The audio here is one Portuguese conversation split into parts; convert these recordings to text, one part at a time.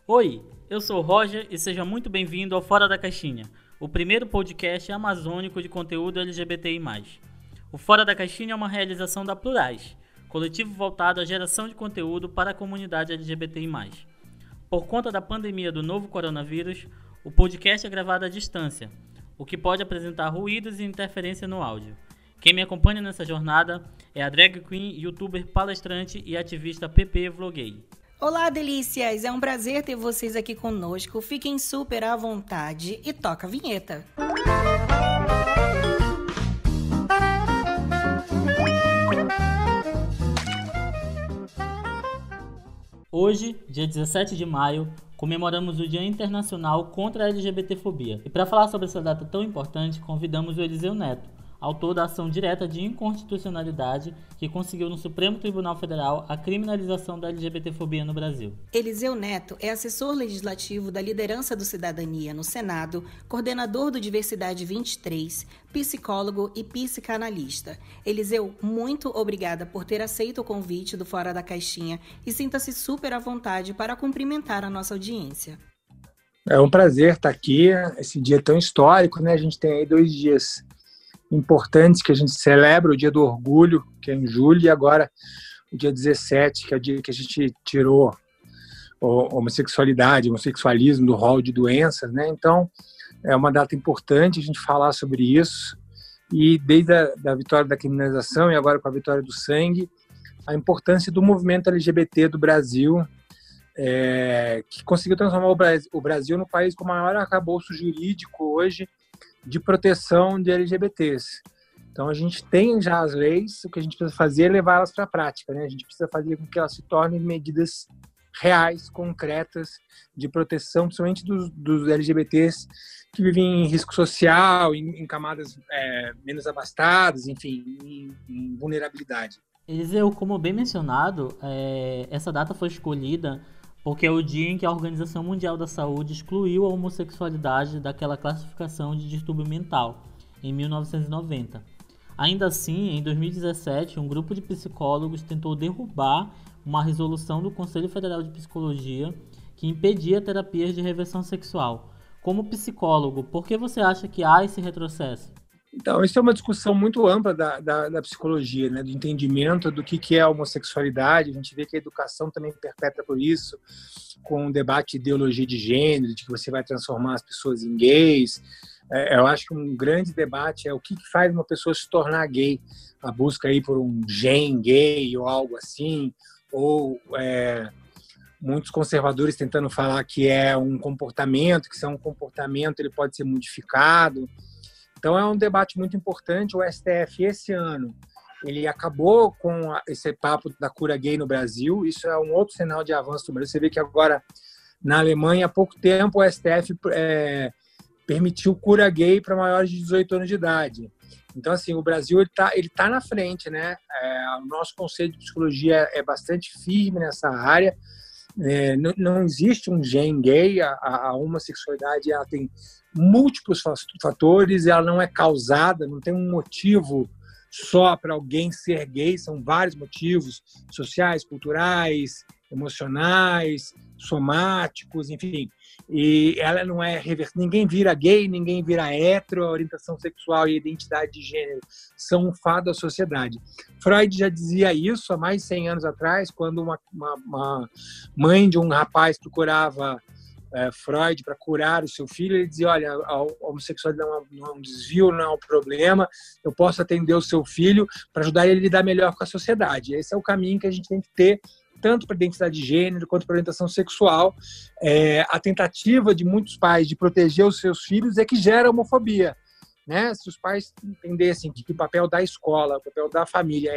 Oi, eu sou o Roger e seja muito bem-vindo ao Fora da Caixinha, o primeiro podcast amazônico de conteúdo LGBTI+. O Fora da Caixinha é uma realização da Plurais, coletivo voltado à geração de conteúdo para a comunidade LGBTI+. Por conta da pandemia do novo coronavírus, o podcast é gravado à distância, o que pode apresentar ruídos e interferência no áudio. Quem me acompanha nessa jornada é a drag queen, youtuber, palestrante e ativista PP Vloguei. Olá, delícias! É um prazer ter vocês aqui conosco. Fiquem super à vontade e toca a vinheta. Hoje, dia 17 de maio, comemoramos o Dia Internacional contra a LGBTfobia. E para falar sobre essa data tão importante, convidamos o Eliseu Neto, autor da ação direta de inconstitucionalidade que conseguiu no Supremo Tribunal Federal a criminalização da LGBTfobia no Brasil. Eliseu Neto é assessor legislativo da Liderança do Cidadania no Senado, coordenador do Diversidade 23, psicólogo e psicanalista. Eliseu, muito obrigada por ter aceito o convite do Fora da Caixinha e sinta-se super à vontade para cumprimentar a nossa audiência. É um prazer estar aqui, esse dia tão histórico, né? A gente tem aí 2 dias importantes que a gente celebra, o Dia do Orgulho, que é em julho, e agora o dia 17, que é o dia que a gente tirou a homossexualidade, o homossexualismo do rol de doenças, né? Então, é uma data importante a gente falar sobre isso, e desde a vitória da criminalização e agora com a vitória do sangue, a importância do movimento LGBT do Brasil, que conseguiu transformar o Brasil no país com o maior arcabouço jurídico hoje de proteção de LGBTs. Então, a gente tem já as leis, o que a gente precisa fazer é levar elas para a prática, né? A gente precisa fazer com que elas se tornem medidas reais, concretas, de proteção, principalmente dos LGBTs que vivem em risco social, em camadas menos abastadas, enfim, em vulnerabilidade. Eliseu, como bem mencionado, essa data foi escolhida porque é o dia em que a Organização Mundial da Saúde excluiu a homossexualidade daquela classificação de distúrbio mental, em 1990. Ainda assim, em 2017, um grupo de psicólogos tentou derrubar uma resolução do Conselho Federal de Psicologia que impedia terapias de reversão sexual. Como psicólogo, por que você acha que há esse retrocesso? Então, isso é uma discussão muito ampla da psicologia, né? Do entendimento do que é a homossexualidade. A gente vê que a educação também perpetra por isso, com o debate de ideologia de gênero, de que você vai transformar as pessoas em gays. Eu acho que um grande debate é o que faz uma pessoa se tornar gay. A busca aí por um gen gay ou algo assim, ou muitos conservadores tentando falar que é um comportamento, que se é um comportamento ele pode ser modificado. Então, é um debate muito importante. O STF, esse ano, ele acabou com esse papo da cura gay no Brasil. Isso é um outro sinal de avanço do Brasil. Você vê que agora, na Alemanha, há pouco tempo, o STF permitiu cura gay para maiores de 18 anos de idade. Então, assim, o Brasil ele tá na frente, né? O nosso conceito de psicologia é bastante firme nessa área. Não existe um gen gay. A homossexualidade ela tem múltiplos fatores, ela não é causada, não tem um motivo só para alguém ser gay, são vários motivos sociais, culturais, emocionais, somáticos, enfim. E ela não é ninguém vira gay, ninguém vira hétero, a orientação sexual e a identidade de gênero são um fado da sociedade. Freud já dizia isso há mais de 100 anos atrás, quando uma mãe de um rapaz procurava Freud para curar o seu filho, ele dizia, olha, a homossexualidade não é um desvio, não é um problema, eu posso atender o seu filho para ajudar ele a lidar melhor com a sociedade. Esse é o caminho que a gente tem que ter, tanto para a identidade de gênero quanto para a orientação sexual. A tentativa de muitos pais de proteger os seus filhos é que gera homofobia. Né? Se os pais entendessem que o papel da escola, o papel da família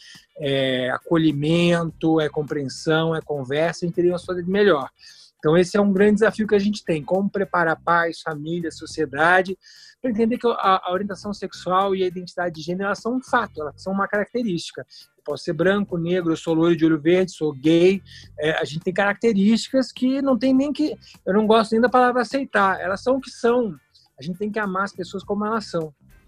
é acolhimento, é compreensão, é conversa, a gente teria uma sociedade melhor. Então, esse é um grande desafio que a gente tem, como preparar pais, família, sociedade, para entender que a orientação sexual e a identidade de gênero elas são um fato, elas são uma característica. Eu posso ser branco, negro, eu sou loiro de olho verde, sou gay. A gente tem características que não tem nem que... Eu não gosto nem da palavra aceitar, elas são o que são. A gente tem que amar as pessoas como elas são.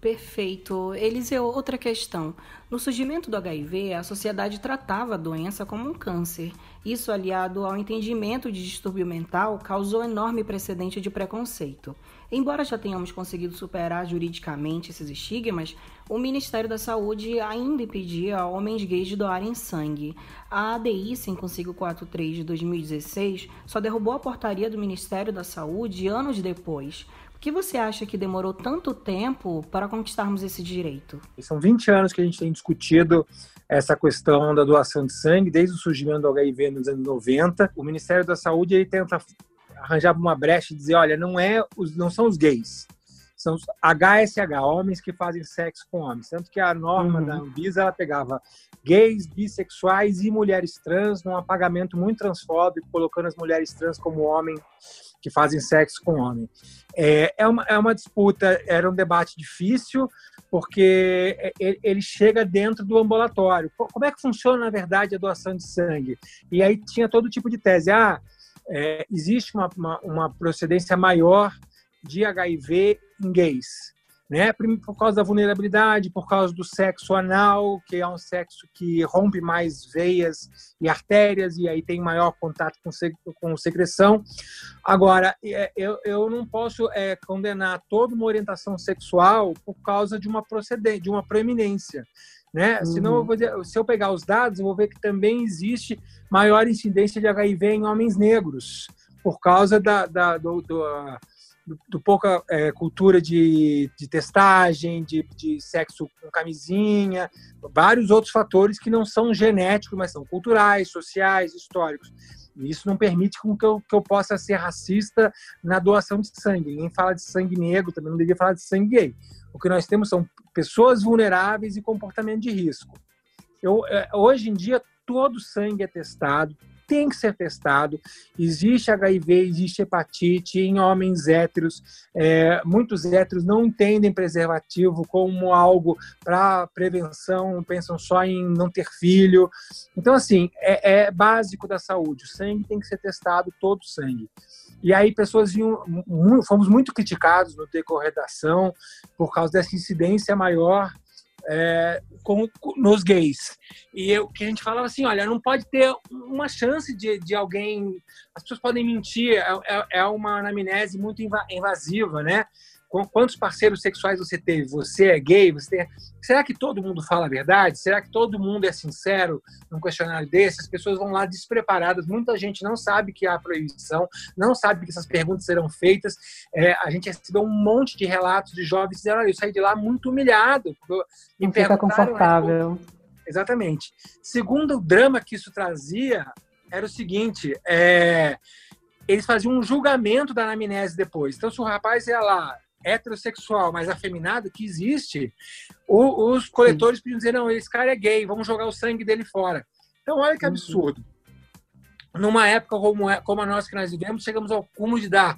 Perfeito. Eliseu, outra questão. No surgimento do HIV, a sociedade tratava a doença como um câncer. Isso, aliado ao entendimento de distúrbio mental, causou enorme precedente de preconceito. Embora já tenhamos conseguido superar juridicamente esses estigmas, o Ministério da Saúde ainda impedia homens gays de doarem sangue. A ADI 5.543 de 2016 só derrubou a portaria do Ministério da Saúde anos depois. Por que você acha que demorou tanto tempo para conquistarmos esse direito? São 20 anos que a gente tem discutido essa questão da doação de sangue, desde o surgimento do HIV nos anos 90. O Ministério da Saúde ele tenta arranjar uma brecha e dizer, olha, não são os gays, são os HSH, homens que fazem sexo com homens. Tanto que a norma da Anvisa ela pegava gays, bissexuais e mulheres trans num apagamento muito transfóbico, colocando as mulheres trans como homem que fazem sexo com homem. É uma disputa, era um debate difícil, porque ele chega dentro do ambulatório. Como é que funciona, na verdade, a doação de sangue? E aí tinha todo tipo de tese. Existe uma procedência maior de HIV em gays, né? Por causa da vulnerabilidade, por causa do sexo anal, que é um sexo que rompe mais veias e artérias e aí tem maior contato com secreção. Agora, eu não posso condenar toda uma orientação sexual por causa de uma procedência, de uma proeminência, né? Senão, se eu pegar os dados, eu vou ver que também existe maior incidência de HIV em homens negros, por causa do pouca cultura de testagem, de sexo com camisinha, vários outros fatores que não são genéticos, mas são culturais, sociais, históricos. E isso não permite que eu possa ser racista na doação de sangue. Ninguém fala de sangue negro, também não deveria falar de sangue gay. O que nós temos são pessoas vulneráveis e comportamento de risco. Hoje em dia, todo sangue é testado, tem que ser testado. Existe HIV, existe hepatite em homens héteros. Muitos héteros não entendem preservativo como algo para prevenção, pensam só em não ter filho. Então, assim, é básico da saúde. O sangue tem que ser testado, todo o sangue. E aí pessoas fomos muito criticados no decorrer da ação por causa dessa incidência maior nos gays. E o que a gente falava assim, olha, não pode ter uma chance de alguém... As pessoas podem mentir, é uma anamnese muito invasiva, né? Quantos parceiros sexuais você teve? Você é gay? Será que todo mundo fala a verdade? Será que todo mundo é sincero num questionário desse? As pessoas vão lá despreparadas. Muita gente não sabe que há proibição, não sabe que essas perguntas serão feitas. A gente recebeu um monte de relatos de jovens que disseram, olha, eu saí de lá muito humilhado. Não fica confortável. Exatamente. Segundo o drama que isso trazia, era o seguinte, eles faziam um julgamento da anamnese depois. Então, se o rapaz ia lá, heterossexual, mas afeminado, que existe, os coletores podiam dizer, não, esse cara é gay, vamos jogar o sangue dele fora. Então, olha que absurdo. Numa época como a nossa que nós vivemos, chegamos ao cúmulo de dar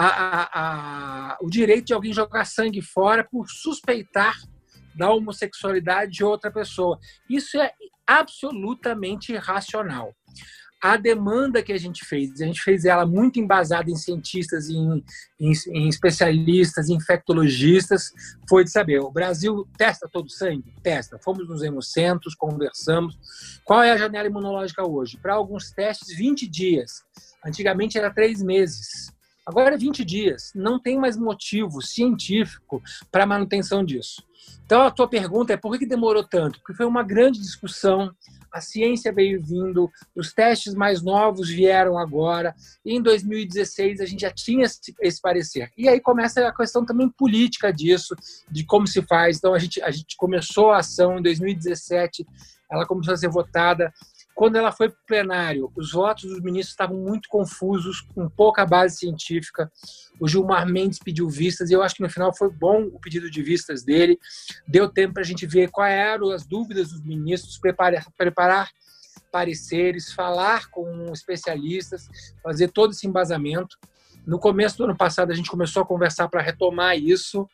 o direito de alguém jogar sangue fora por suspeitar da homossexualidade de outra pessoa. Isso é absolutamente irracional. A demanda que a gente fez ela muito embasada em cientistas, em especialistas, em infectologistas, foi de saber, o Brasil testa todo o sangue? Testa. Fomos nos hemocentros, conversamos. Qual é a janela imunológica hoje? Para alguns testes, 20 dias. Antigamente era 3 meses. Agora é 20 dias. Não tem mais motivo científico para a manutenção disso. Então, a tua pergunta é por que demorou tanto? Porque foi uma grande discussão, a ciência veio vindo, os testes mais novos vieram agora, e em 2016 a gente já tinha esse parecer. E aí começa a questão também política disso, de como se faz. Então, a gente começou a ação em 2017, ela começou a ser votada. Quando ela foi para o plenário, os votos dos ministros estavam muito confusos, com pouca base científica. O Gilmar Mendes pediu vistas, e eu acho que no final foi bom o pedido de vistas dele. Deu tempo para a gente ver quais eram as dúvidas dos ministros, preparar pareceres, falar com especialistas, fazer todo esse embasamento. No começo do ano passado, a gente começou a conversar para retomar isso.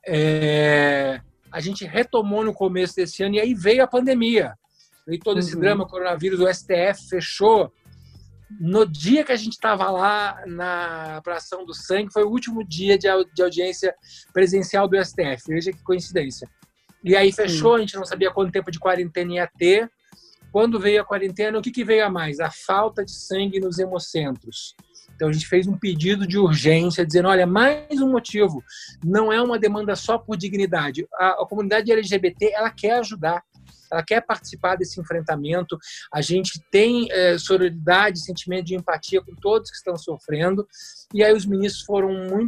A gente retomou no começo desse ano, e aí veio a pandemia. E todo esse drama, coronavírus, o STF fechou. No dia que a gente estava lá para a ação do sangue, foi o último dia de audiência presencial do STF. Veja que coincidência. E aí fechou, a gente não sabia quanto tempo de quarentena ia ter. Quando veio a quarentena, o que veio a mais? A falta de sangue nos hemocentros. Então, a gente fez um pedido de urgência, dizendo, olha, mais um motivo, não é uma demanda só por dignidade. A comunidade LGBT, ela quer ajudar, ela quer participar desse enfrentamento. A gente tem sororidade, sentimento de empatia com todos que estão sofrendo. E aí os ministros foram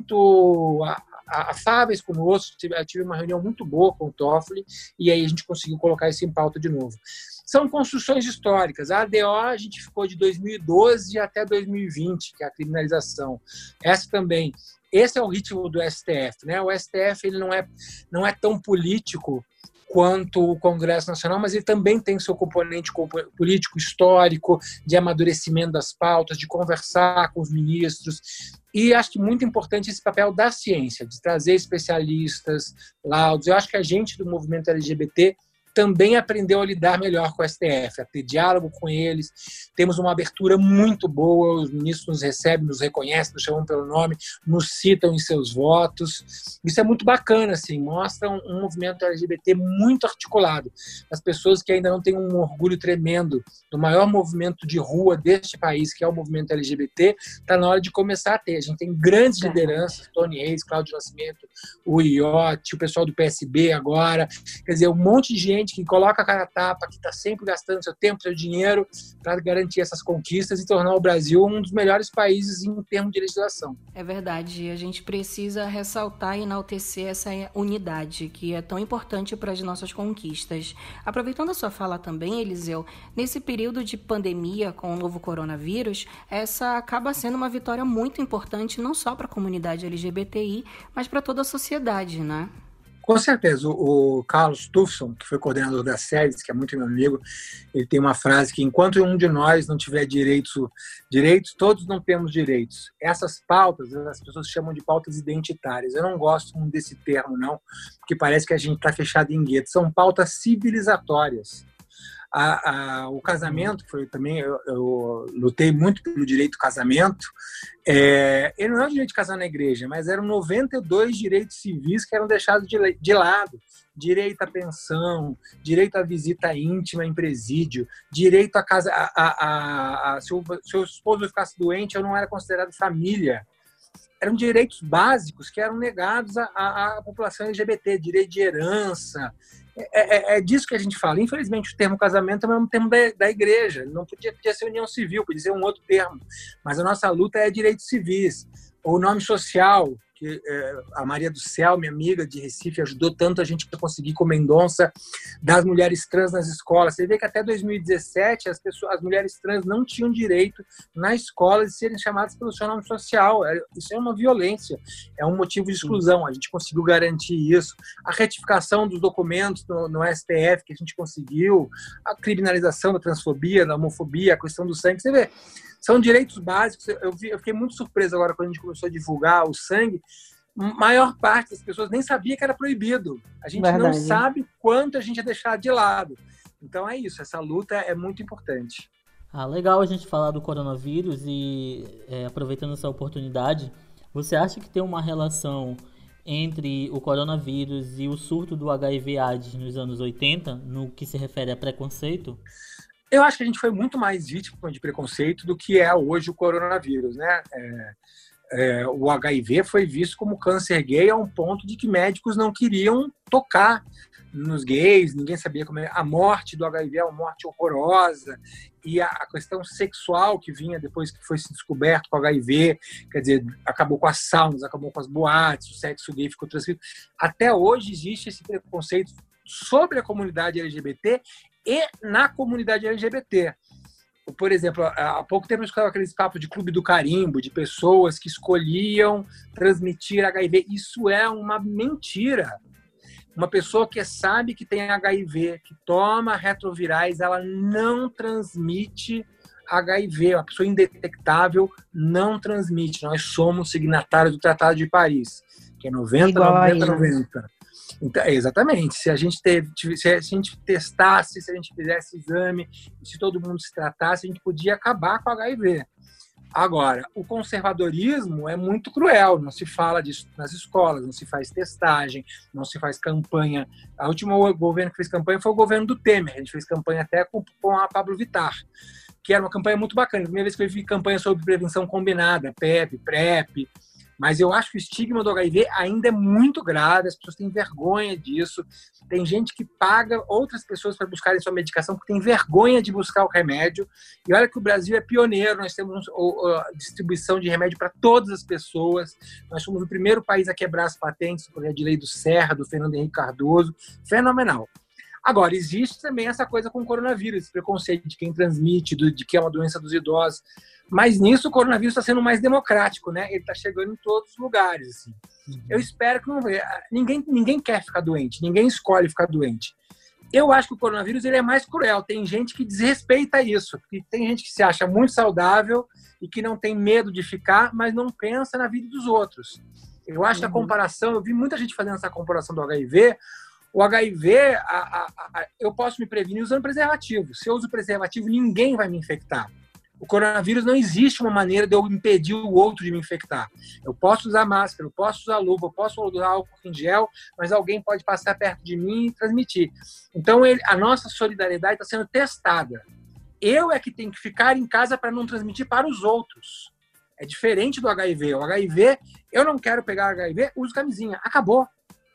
muito afáveis conosco, tive uma reunião muito boa com o Toffoli, e aí a gente conseguiu colocar isso em pauta de novo. São construções históricas. A ADO a gente ficou de 2012 até 2020, que é a criminalização. Essa também. Esse é o ritmo do STF, né? O STF ele não é tão político quanto o Congresso Nacional, mas ele também tem seu componente político, histórico, de amadurecimento das pautas, de conversar com os ministros. E acho que muito importante esse papel da ciência, de trazer especialistas, laudos. Eu acho que a gente do movimento LGBT também aprendeu a lidar melhor com o STF, a ter diálogo com eles. Temos uma abertura muito boa, os ministros nos recebem, nos reconhecem, nos chamam pelo nome, nos citam em seus votos. Isso é muito bacana, assim, mostra um movimento LGBT muito articulado. As pessoas que ainda não têm um orgulho tremendo do maior movimento de rua deste país, que é o movimento LGBT, está na hora de começar a ter. A gente tem grandes lideranças, Tony Reis, Cláudio Nascimento, o Iotti, o pessoal do PSB agora, quer dizer, um monte de gente que coloca a cara a tapa, que está sempre gastando seu tempo, seu dinheiro para garantir essas conquistas e tornar o Brasil um dos melhores países em termos de legislação. É verdade, a gente precisa ressaltar e enaltecer essa unidade que é tão importante para as nossas conquistas. Aproveitando a sua fala também, Eliseu, nesse período de pandemia com o novo coronavírus, essa acaba sendo uma vitória muito importante não só para a comunidade LGBTI, mas para toda a sociedade, né? Com certeza. O Carlos Tufson, que foi coordenador da SEDES, que é muito meu amigo, ele tem uma frase que enquanto um de nós não tiver direitos, todos não temos direitos. Essas pautas, as pessoas chamam de pautas identitárias. Eu não gosto desse termo, não, porque parece que a gente está fechado em gueto. São pautas civilizatórias. O casamento, que foi também, eu lutei muito pelo direito ao casamento, ele não é o direito de casar na igreja, mas eram 92 direitos civis que eram deixados de lado. Direito à pensão, direito à visita íntima em presídio, direito a casa, se o seu esposo ficasse doente, eu não era considerado família. Eram direitos básicos que eram negados à população LGBT, direito de herança. É disso que a gente fala. Infelizmente, o termo casamento é um termo da igreja. Não podia ser união civil, podia ser um outro termo. Mas a nossa luta é direitos civis. O nome social, que a Maria do Céu, minha amiga de Recife, ajudou tanto a gente a conseguir com Mendonça, das mulheres trans nas escolas. Você vê que até 2017 as mulheres trans não tinham direito na escola de serem chamadas pelo seu nome social. Isso é uma violência, é um motivo de exclusão. A gente conseguiu garantir isso. A retificação dos documentos no STF que a gente conseguiu, a criminalização da transfobia, da homofobia, a questão do sangue. Você vê, são direitos básicos. Eu fiquei muito surpreso agora quando a gente começou a divulgar o sangue. A maior parte das pessoas nem sabia que era proibido. A gente não sabe quanto a gente ia deixar de lado. Então é isso, essa luta é muito importante. Legal a gente falar do coronavírus e aproveitando essa oportunidade, você acha que tem uma relação entre o coronavírus e o surto do HIV/AIDS nos anos 80, no que se refere a preconceito? Eu acho que a gente foi muito mais vítima de preconceito do que é hoje o coronavírus, né? O HIV foi visto como câncer gay a um ponto de que médicos não queriam tocar nos gays, ninguém sabia como é. A morte do HIV é uma morte horrorosa, e a questão sexual que vinha depois que foi se descoberto com o HIV, quer dizer, acabou com as saunas, acabou com as boates, o sexo gay ficou transferido. Até hoje existe esse preconceito sobre a comunidade LGBT e na comunidade LGBT. Por exemplo, há pouco tempo eu escutava aqueles papos de clube do carimbo, de pessoas que escolhiam transmitir HIV. Isso é uma mentira. Uma pessoa que sabe que tem HIV, que toma retrovirais, ela não transmite HIV. Uma pessoa indetectável não transmite. Nós somos signatários do Tratado de Paris, que é 90, 90, 90. Então, exatamente. Se a gente testasse, se a gente fizesse exame, se todo mundo se tratasse, a gente podia acabar com o HIV. Agora, o conservadorismo é muito cruel, não se fala disso nas escolas, não se faz testagem, não se faz campanha. O último governo que fez campanha foi o governo do Temer, a gente fez campanha até com a Pablo Vittar, que era uma campanha muito bacana. A primeira vez que eu vi campanha sobre prevenção combinada, PEP, PrEP, mas eu acho que o estigma do HIV ainda é muito grave, as pessoas têm vergonha disso. Tem gente que paga outras pessoas para buscarem sua medicação porque tem vergonha de buscar o remédio. E olha que o Brasil é pioneiro, nós temos a distribuição de remédio para todas as pessoas. Nós somos o primeiro país a quebrar as patentes, o projeto de lei do Serra, do Fernando Henrique Cardoso. Fenomenal. Agora, existe também essa coisa com o coronavírus, esse preconceito de quem transmite, de que é uma doença dos idosos. Mas nisso o coronavírus está sendo mais democrático, né? Ele está chegando em todos os lugares. Assim. Eu espero que não veja. Ninguém quer ficar doente, ninguém escolhe ficar doente. Eu acho que o coronavírus ele é mais cruel. Tem gente que desrespeita isso. Tem gente que se acha muito saudável e que não tem medo de ficar, mas não pensa na vida dos outros. Eu acho que a comparação, eu vi muita gente fazendo essa comparação do HIV. O HIV, eu posso me prevenir usando preservativo. Se eu uso preservativo, ninguém vai me infectar. O coronavírus não existe uma maneira de eu impedir o outro de me infectar. Eu posso usar máscara, eu posso usar luva, eu posso usar álcool em gel, mas alguém pode passar perto de mim e transmitir. Então, a nossa solidariedade está sendo testada. Eu é que tenho que ficar em casa para não transmitir para os outros. É diferente do HIV. O HIV, eu não quero pegar HIV, uso camisinha. Acabou.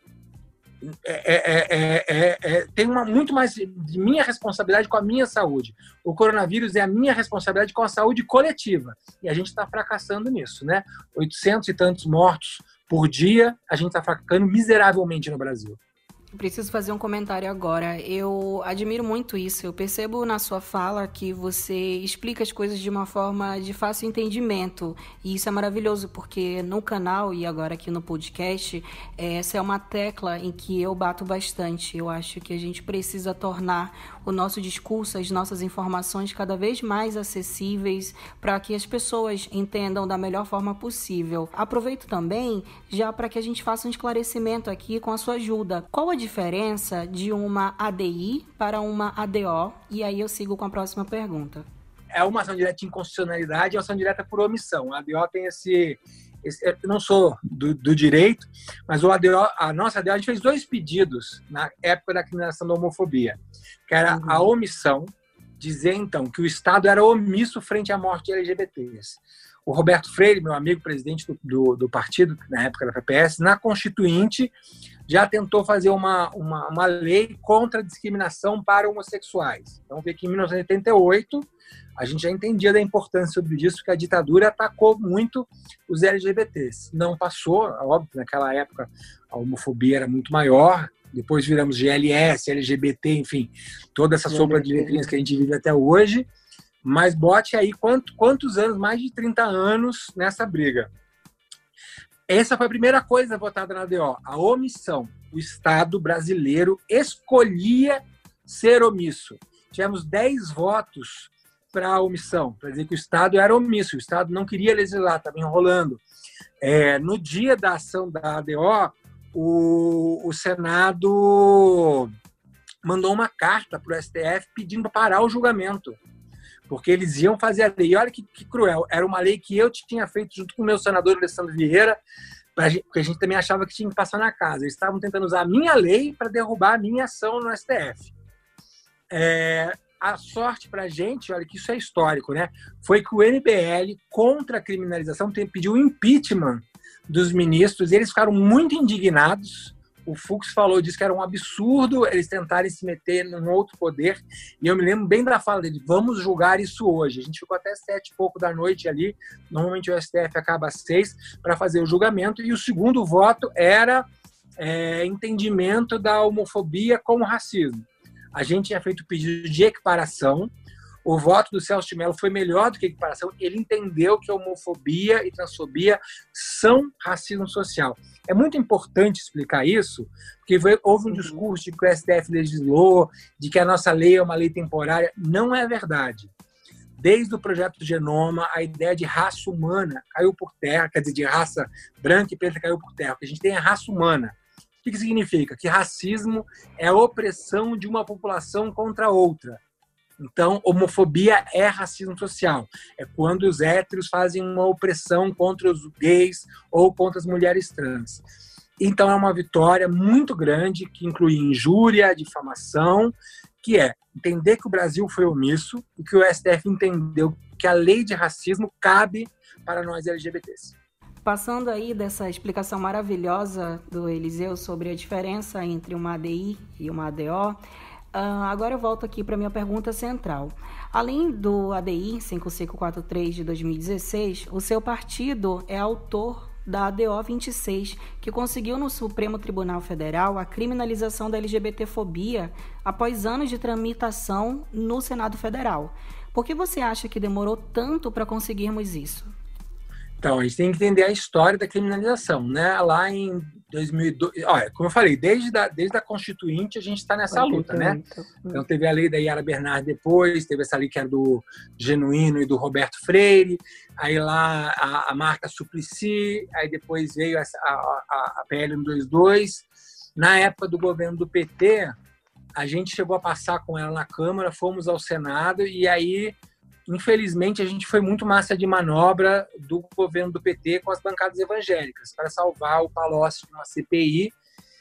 Tem muito mais de minha responsabilidade com a minha saúde. O coronavírus é a minha responsabilidade com a saúde coletiva. E a gente está fracassando nisso, né? 800 e tantos mortos por dia, a gente está fracassando miseravelmente no Brasil. Preciso fazer um comentário agora. Eu admiro muito isso. Eu percebo na sua fala que você explica as coisas de uma forma de fácil entendimento. E isso é maravilhoso, porque no canal e agora aqui no podcast, essa é uma tecla em que eu bato bastante. Eu acho que a gente precisa tornar o nosso discurso, as nossas informações cada vez mais acessíveis para que as pessoas entendam da melhor forma possível. Aproveito também já para que a gente faça um esclarecimento aqui com a sua ajuda. Qual a diferença de uma ADI para uma ADO? E aí eu sigo com a próxima pergunta. É uma ação direta de inconstitucionalidade e uma ação direta por omissão. A ADO tem eu não sou do direito, mas a nossa ADO, a gente fez 2 pedidos na época da criminalização da homofobia, que era a omissão, dizer então que o Estado era omisso frente à morte de LGBTs. O Roberto Freire, meu amigo presidente do partido, na época da PPS, na Constituinte, já tentou fazer uma lei contra a discriminação para homossexuais. Então, vê que em 1988, a gente já entendia da importância sobre isso, porque a ditadura atacou muito os LGBTs. Não passou, óbvio, naquela época a homofobia era muito maior, depois viramos GLS, LGBT, enfim, toda essa sombra de letrinhas que a gente vive até hoje, mas bote aí quantos anos, mais de 30 anos nessa briga. Essa foi a primeira coisa votada na ADO, a omissão. O Estado brasileiro escolhia ser omisso. Tivemos 10 votos para a omissão, para dizer que o Estado era omisso, o Estado não queria legislar, estava enrolando. No dia da ação da ADO, o Senado mandou uma carta para o STF pedindo para parar o julgamento, porque eles iam fazer a lei. E olha que cruel, era uma lei que eu tinha feito junto com o meu senador Alessandro Vieira, porque a gente também achava que tinha que passar na casa. Eles estavam tentando usar a minha lei para derrubar a minha ação no STF. A sorte para a gente, olha que isso é histórico, né? Foi que o MBL, contra a criminalização, pediu o impeachment dos ministros, e eles ficaram muito indignados. O Fux falou disso, que era um absurdo eles tentarem se meter num outro poder, e eu me lembro bem da fala dele, vamos julgar isso hoje. A gente ficou até 7 e pouco da noite ali, normalmente o STF acaba às 6 para fazer o julgamento, e o segundo voto era entendimento da homofobia como racismo. A gente tinha feito o pedido de equiparação. O voto do Celso de Mello foi melhor do que a equiparação. Ele entendeu que a homofobia e transfobia são racismo social. É muito importante explicar isso, porque houve um discurso de que o STF legislou, de que a nossa lei é uma lei temporária. Não é verdade. Desde o projeto do Genoma, a ideia de raça humana caiu por terra, quer dizer, de raça branca e preta caiu por terra. Porque a gente tem a raça humana, O que significa? Que racismo é a opressão de uma população contra outra. Então, homofobia é racismo social. É quando os héteros fazem uma opressão contra os gays ou contra as mulheres trans. Então, é uma vitória muito grande, que inclui injúria, difamação, que é entender que o Brasil foi omisso e que o STF entendeu que a lei de racismo cabe para nós LGBTs. Passando aí dessa explicação maravilhosa do Eliseu sobre a diferença entre uma ADI e uma ADO, agora eu volto aqui para a minha pergunta central. Além do ADI 5543 de 2016, o seu partido é autor da ADO 26, que conseguiu no Supremo Tribunal Federal a criminalização da LGBTfobia após anos de tramitação no Senado Federal. Por que você acha que demorou tanto para conseguirmos isso? Então, a gente tem que entender a história da criminalização, né? Lá em 2002, olha, como eu falei, desde a Constituinte a gente está nessa luta, né? Então teve a lei da Yara Bernardi depois, teve essa lei que era do Genuíno e do Roberto Freire, aí lá a Marta Suplicy, aí depois veio a PL 122. Na época do governo do PT, a gente chegou a passar com ela na Câmara, fomos ao Senado e aí, infelizmente, a gente foi muito massa de manobra do governo do PT com as bancadas evangélicas para salvar o Palocci de uma CPI.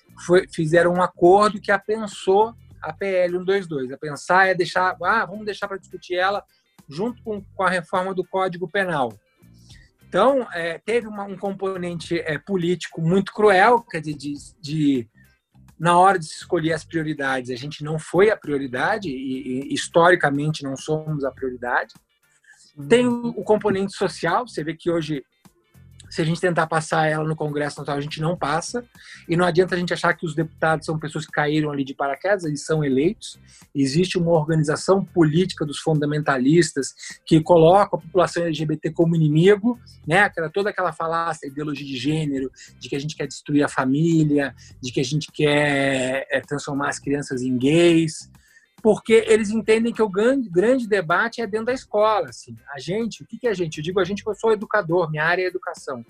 Fizeram um acordo que apensou a PL 122. A pensar é deixar, vamos deixar para discutir ela junto com a reforma do Código Penal. Então, teve um componente político muito cruel, quer dizer, na hora de se escolher as prioridades, a gente não foi a prioridade e historicamente não somos a prioridade. Tem o componente social, você vê que hoje, se a gente tentar passar ela no Congresso Nacional, a gente não passa, e não adianta a gente achar que os deputados são pessoas que caíram ali de paraquedas, eles são eleitos. Existe uma organização política dos fundamentalistas que coloca a população LGBT como inimigo, né? Toda aquela falácia, ideologia de gênero, de que a gente quer destruir a família, de que a gente quer transformar as crianças em gays, porque eles entendem que o grande debate é dentro da escola. Assim. A gente, o que é a gente? Eu digo a gente porque eu sou educador, minha área é educação.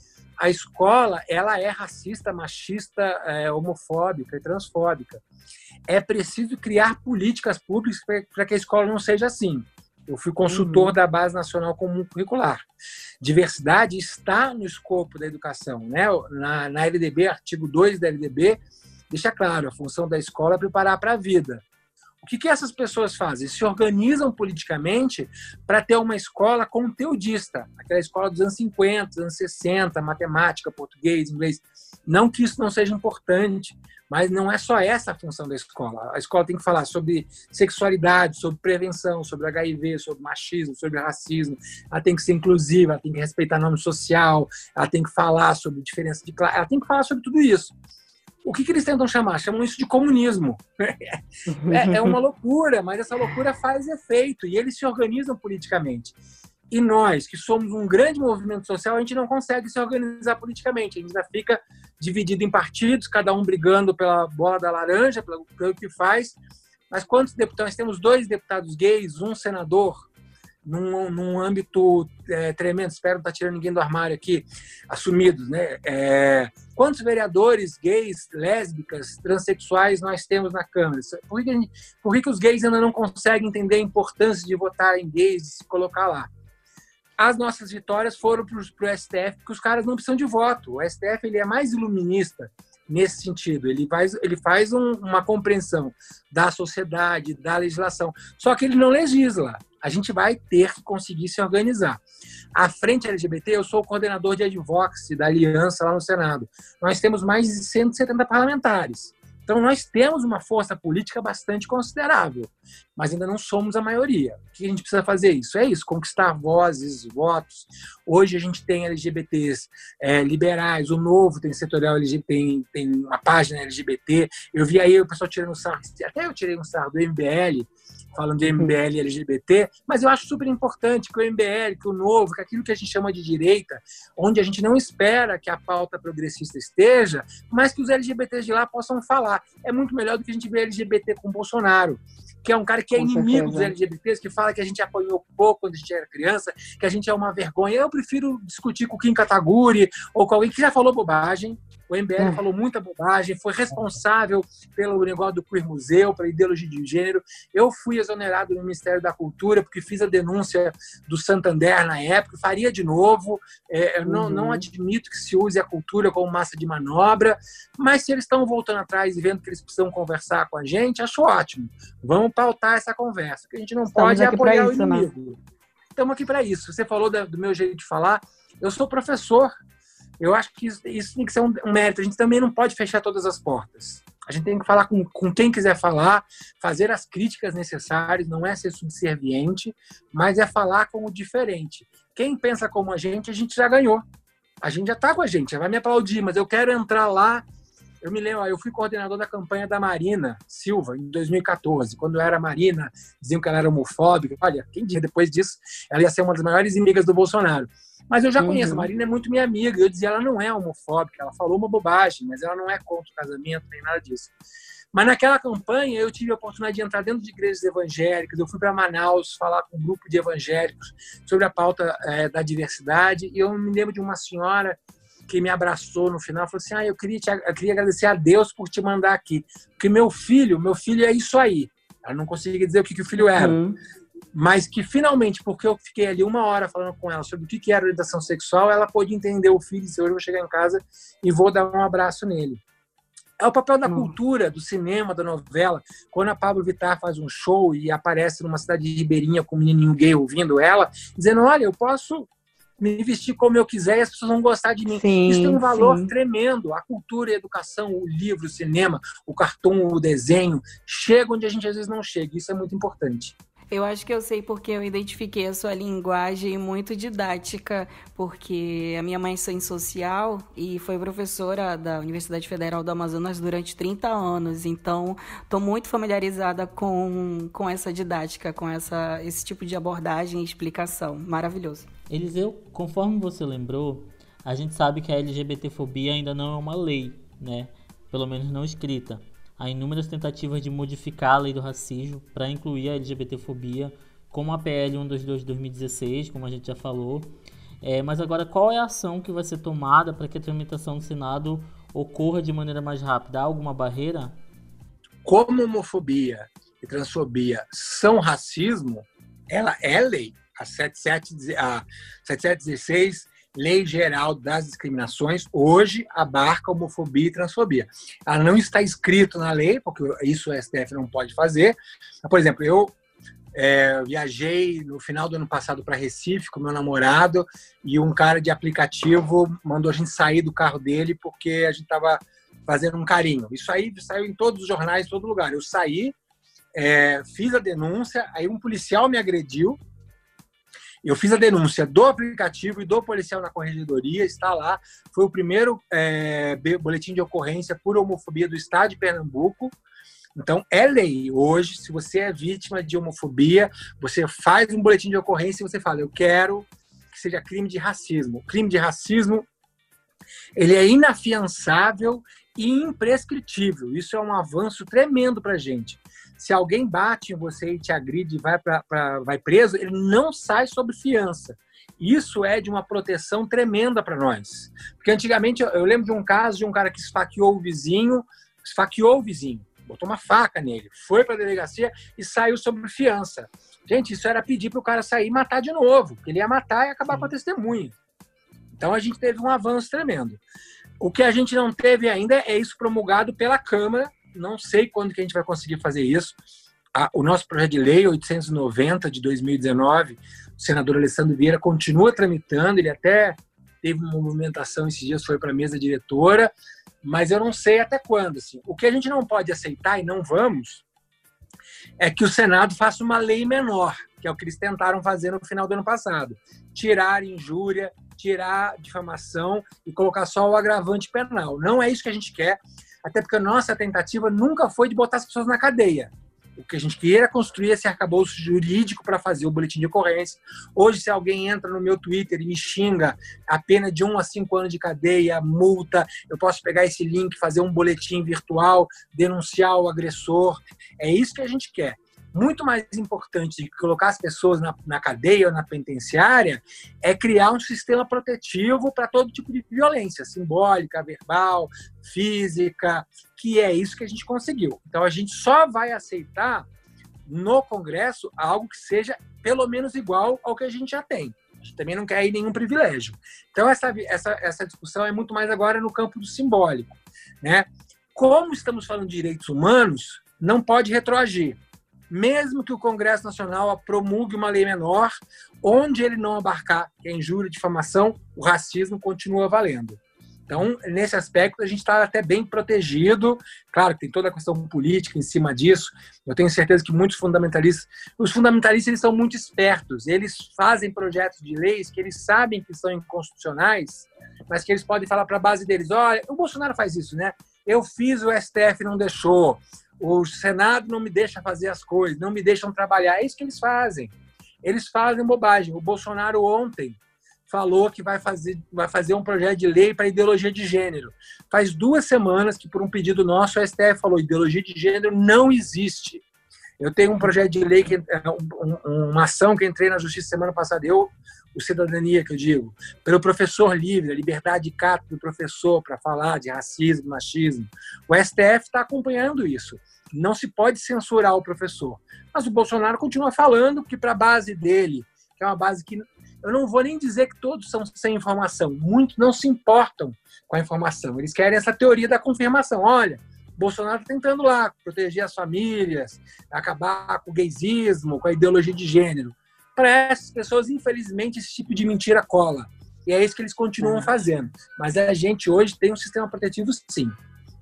A escola, ela é racista, machista, homofóbica e transfóbica. É preciso criar políticas públicas para que a escola não seja assim. Eu fui consultor da Base Nacional Comum Curricular. Diversidade está no escopo da educação. Né? Na LDB, artigo 2 da LDB, deixa claro, a função da escola é preparar para a vida. O que essas pessoas fazem? Se organizam politicamente para ter uma escola conteudista, aquela escola dos anos 50, dos anos 60, matemática, português, inglês. Não que isso não seja importante, mas não é só essa a função da escola. A escola tem que falar sobre sexualidade, sobre prevenção, sobre HIV, sobre machismo, sobre racismo. Ela tem que ser inclusiva, ela tem que respeitar nome social, ela tem que falar sobre diferença de classe, ela tem que falar sobre tudo isso. O que eles tentam chamar? Chamam isso de comunismo. É uma loucura, mas essa loucura faz efeito e eles se organizam politicamente. E nós, que somos um grande movimento social, a gente não consegue se organizar politicamente. A gente ainda fica dividido em partidos, cada um brigando pela bola da laranja, pelo que faz. Mas quantos deputados? Nós temos 2 deputados gays, um senador, num âmbito tremendo, espero não estar tirando ninguém do armário aqui, assumidos, né? Quantos vereadores gays, lésbicas, transexuais nós temos na Câmara? Por que os gays ainda não conseguem entender a importância de votar em gays, de se colocar lá? As nossas vitórias foram para o STF, porque os caras não precisam de voto. O STF ele é mais iluminista nesse sentido. Ele faz uma compreensão da sociedade, da legislação. Só que ele não legisla. A gente vai ter que conseguir se organizar. À frente LGBT, eu sou o coordenador de advocacy da Aliança lá no Senado. Nós temos mais de 170 parlamentares. Então, nós temos uma força política bastante considerável, mas ainda não somos a maioria. O que a gente precisa fazer? É isso, conquistar vozes, votos. Hoje a gente tem LGBTs liberais, o Novo tem setorial LGBT, tem uma página LGBT. Eu vi aí o pessoal tirando sarro, até eu tirei um sarro do MBL, falando de MBL e LGBT, mas eu acho super importante que o MBL, que o Novo, que aquilo que a gente chama de direita, onde a gente não espera que a pauta progressista esteja, mas que os LGBTs de lá possam falar. É muito melhor do que a gente ver LGBT com Bolsonaro, que é um cara que é Com inimigo dos certeza. LGBTs, que fala que a gente apanhou pouco quando a gente era criança, que a gente é uma vergonha. Eu prefiro discutir com o Kim Kataguiri ou com alguém que já falou bobagem. O MBL falou muita bobagem, foi responsável pelo negócio do Queer Museu, pela ideologia de gênero. Eu fui exonerado no Ministério da Cultura porque fiz a denúncia do Santander na época, faria de novo. Eu não admito que se use a cultura como massa de manobra, mas se eles estão voltando atrás e vendo que eles precisam conversar com a gente, acho ótimo. Vamos pautar essa conversa, porque a gente não pode apoiar o inimigo. Né? Estamos aqui para isso. Você falou do meu jeito de falar. Eu sou professor. Eu acho que isso tem que ser um mérito. A gente também não pode fechar todas as portas. A gente tem que falar com quem quiser falar, fazer as críticas necessárias, não é ser subserviente, mas é falar com o diferente. Quem pensa como a gente já ganhou. A gente já está com a gente, já vai me aplaudir, mas eu quero entrar lá. Eu me lembro, eu fui coordenador da campanha da Marina Silva em 2014. Quando eu era Marina, diziam que ela era homofóbica. Olha, quem diz depois disso, ela ia ser uma das maiores inimigas do Bolsonaro. Mas eu já conheço, a Marina é muito minha amiga. Eu dizia, ela não é homofóbica, ela falou uma bobagem, mas ela não é contra o casamento, nem nada disso. Mas naquela campanha eu tive a oportunidade de entrar dentro de igrejas evangélicas. Eu fui para Manaus falar com um grupo de evangélicos sobre a pauta da diversidade. E eu me lembro de uma senhora que me abraçou no final e falou assim, eu queria agradecer a Deus por te mandar aqui. Porque meu filho é isso aí. Ela não conseguia dizer o que o filho era. Mas que finalmente, porque eu fiquei ali 1 hora falando com ela sobre o que era orientação sexual, ela pôde entender o filho e dizer, hoje eu vou chegar em casa e vou dar um abraço nele. É o papel da cultura, do cinema, da novela. Quando a Pablo Vittar faz um show e aparece numa cidade de Ribeirinha com um menininho gay ouvindo ela, dizendo, olha, eu posso me vestir como eu quiser e as pessoas vão gostar de mim. Isso tem um valor tremendo. A cultura e a educação, o livro, o cinema, o cartoon, o desenho, chega onde a gente às vezes não chega. Isso é muito importante. Eu acho que eu sei porque eu identifiquei a sua linguagem muito didática, porque a minha mãe é ciência social e foi professora da Universidade Federal do Amazonas durante 30 anos, então estou muito familiarizada com essa didática, com esse tipo de abordagem e explicação. Maravilhoso. Eliseu, conforme você lembrou, a gente sabe que a LGBTfobia ainda não é uma lei, né? Pelo menos não escrita. Há inúmeras tentativas de modificar a lei do racismo para incluir a LGBTfobia, como a PL 122 de 2016, como a gente já falou. Mas agora, qual é a ação que vai ser tomada para que a tramitação do Senado ocorra de maneira mais rápida? Há alguma barreira? Como homofobia e transfobia são racismo, ela é lei. A 7716, Lei Geral das Discriminações, hoje abarca homofobia e transfobia. Ela não está escrito na lei, porque isso o STF não pode fazer. Por exemplo, eu viajei no final do ano passado para Recife com meu namorado e um cara de aplicativo mandou a gente sair do carro dele porque a gente estava fazendo um carinho. Isso aí saiu em todos os jornais, em todo lugar. Eu saí, fiz a denúncia, aí um policial me agrediu. Eu fiz a denúncia do aplicativo e do policial na corregedoria, está lá. Foi o primeiro boletim de ocorrência por homofobia do estado de Pernambuco. Então, é lei. Hoje, se você é vítima de homofobia, você faz um boletim de ocorrência e você fala, eu quero que seja crime de racismo. O crime de racismo, ele é inafiançável e imprescritível. Isso é um avanço tremendo para a gente. Se alguém bate em você e te agride e vai preso, ele não sai sob fiança. Isso é de uma proteção tremenda para nós. Porque antigamente, eu lembro de um caso de um cara que esfaqueou o vizinho, botou uma faca nele, foi para a delegacia e saiu sob fiança. Gente, isso era pedir para o cara sair e matar de novo, porque ele ia matar e acabar com a testemunha. Então a gente teve um avanço tremendo. O que a gente não teve ainda é isso promulgado pela Câmara. Não sei quando que a gente vai conseguir fazer isso. O nosso projeto de lei 890 de 2019, o senador Alessandro Vieira continua tramitando, ele até teve uma movimentação esses dias, foi para a mesa diretora, mas eu não sei até quando. Assim. O que a gente não pode aceitar, e não vamos, é que o Senado faça uma lei menor, que é o que eles tentaram fazer no final do ano passado. Tirar injúria, tirar difamação e colocar só o agravante penal. Não é isso que a gente quer, até porque a nossa tentativa nunca foi de botar as pessoas na cadeia. O que a gente queria era construir esse arcabouço jurídico para fazer o boletim de ocorrência. Hoje, se alguém entra no meu Twitter e me xinga, a pena de 1 a 5 anos de cadeia, multa, eu posso pegar esse link, fazer um boletim virtual, denunciar o agressor. É isso que a gente quer. muito mais importante de colocar as pessoas na cadeia ou na penitenciária é criar um sistema protetivo para todo tipo de violência, simbólica, verbal, física, que é isso que a gente conseguiu. Então, a gente só vai aceitar no Congresso algo que seja pelo menos igual ao que a gente já tem. A gente também não quer ir nenhum privilégio. Então, essa discussão é muito mais agora no campo do simbólico, né? Como estamos falando de direitos humanos, não pode retroagir. Mesmo que o Congresso Nacional promulgue uma lei menor, onde ele não abarcar que é injúria e difamação, o racismo continua valendo. Então, nesse aspecto, a gente está até bem protegido. Claro que tem toda a questão política em cima disso. Eu tenho certeza que muitos fundamentalistas... Os fundamentalistas eles são muito espertos. Eles fazem projetos de leis que eles sabem que são inconstitucionais, mas que eles podem falar para a base deles, olha, o Bolsonaro faz isso, né? Eu fiz, o STF não deixou. O Senado não me deixa fazer as coisas, não me deixam trabalhar. É isso que eles fazem. Eles fazem bobagem. O Bolsonaro ontem falou que vai fazer um projeto de lei para ideologia de gênero. Faz 2 semanas que, por um pedido nosso, o STF falou ideologia de gênero não existe. Eu tenho um projeto de lei, uma ação que entrei na Justiça semana passada, o Cidadania, que eu digo, pelo professor livre, a liberdade de cátedra do professor para falar de racismo, machismo. O STF está acompanhando isso. Não se pode censurar o professor. Mas o Bolsonaro continua falando que para a base dele, que é uma base que eu não vou nem dizer que todos são sem informação. Muitos não se importam com a informação. Eles querem essa teoria da confirmação. Olha, Bolsonaro está tentando lá proteger as famílias, acabar com o gaysismo, com a ideologia de gênero. Para essas pessoas, infelizmente, esse tipo de mentira cola. E é isso que eles continuam fazendo. Mas a gente hoje tem um sistema protetivo, sim.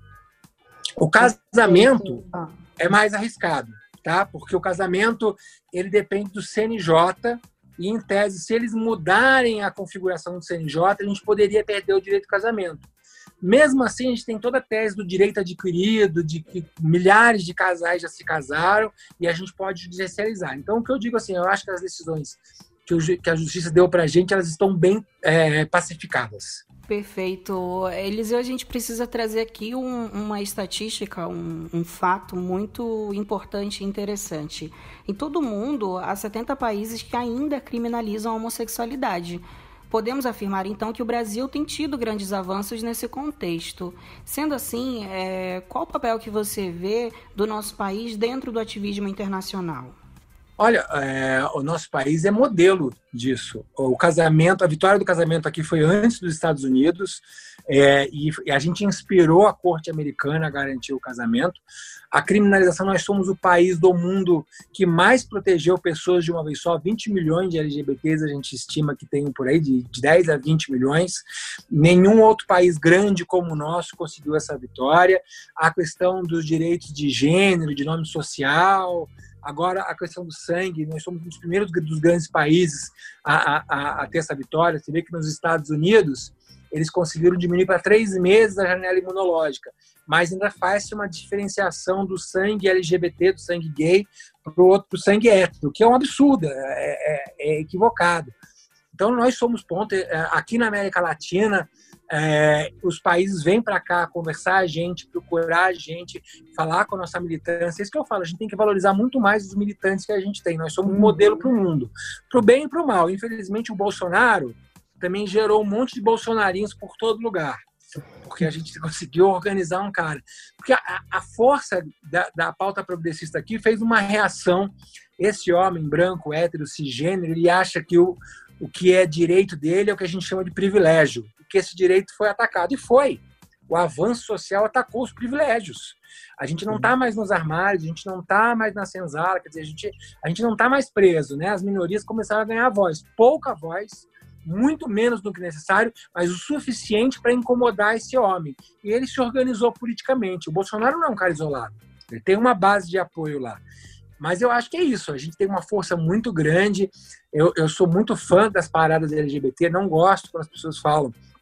O casamento é mais arriscado, tá? Porque o casamento ele depende do CNJ e, em tese, se eles mudarem a configuração do CNJ, a gente poderia perder o direito ao casamento. Mesmo assim, a gente tem toda a tese do direito adquirido, de que milhares de casais já se casaram e a gente pode judicializar. Então, o que eu digo assim, eu acho que as decisões que a justiça deu para a gente, elas estão bem pacificadas. Perfeito. Eliseu, a gente precisa trazer aqui uma estatística, um fato muito importante e interessante. Em todo o mundo, há 70 países que ainda criminalizam a homossexualidade. Podemos afirmar, então, que o Brasil tem tido grandes avanços nesse contexto. Sendo assim, qual o papel que você vê do nosso país dentro do ativismo internacional? Olha, o nosso país é modelo disso. O casamento, a vitória do casamento aqui foi antes dos Estados Unidos, e a gente inspirou a corte americana a garantir o casamento. A criminalização, nós somos o país do mundo que mais protegeu pessoas de uma vez só. 20 milhões de LGBTs a gente estima que tem por aí, de 10 a 20 milhões. Nenhum outro país grande como o nosso conseguiu essa vitória. A questão dos direitos de gênero, de nome social... Agora, a questão do sangue, nós somos um dos primeiros dos grandes países a ter essa vitória. Você vê que nos Estados Unidos, eles conseguiram diminuir para 3 meses a janela imunológica, mas ainda faz-se uma diferenciação do sangue LGBT, do sangue gay, para o sangue hétero, que é um absurdo, é equivocado. Então, nós somos ponto. Aqui na América Latina, os países vêm para cá conversar a gente, procurar a gente, falar com a nossa militância. É isso que eu falo, a gente tem que valorizar muito mais os militantes que a gente tem. Nós somos um modelo para o mundo, para o bem e para o mal. Infelizmente, o Bolsonaro também gerou um monte de bolsonarinhos por todo lugar, porque a gente conseguiu organizar um cara. Porque a força da pauta progressista aqui fez uma reação. Esse homem branco, hétero, cisgênero, ele acha que o que é direito dele é o que a gente chama de privilégio, que esse direito foi atacado. E foi. O avanço social atacou os privilégios. A gente não está mais nos armários, a gente não está mais na senzala, quer dizer, a gente não está mais preso, né? As minorias começaram a ganhar voz. Pouca voz, muito menos do que necessário, mas o suficiente para incomodar esse homem. E ele se organizou politicamente. O Bolsonaro não é um cara isolado. Ele tem uma base de apoio lá. Mas eu acho que é isso, a gente tem uma força muito grande. Eu sou muito fã das paradas LGBT, não gosto quando as pessoas falam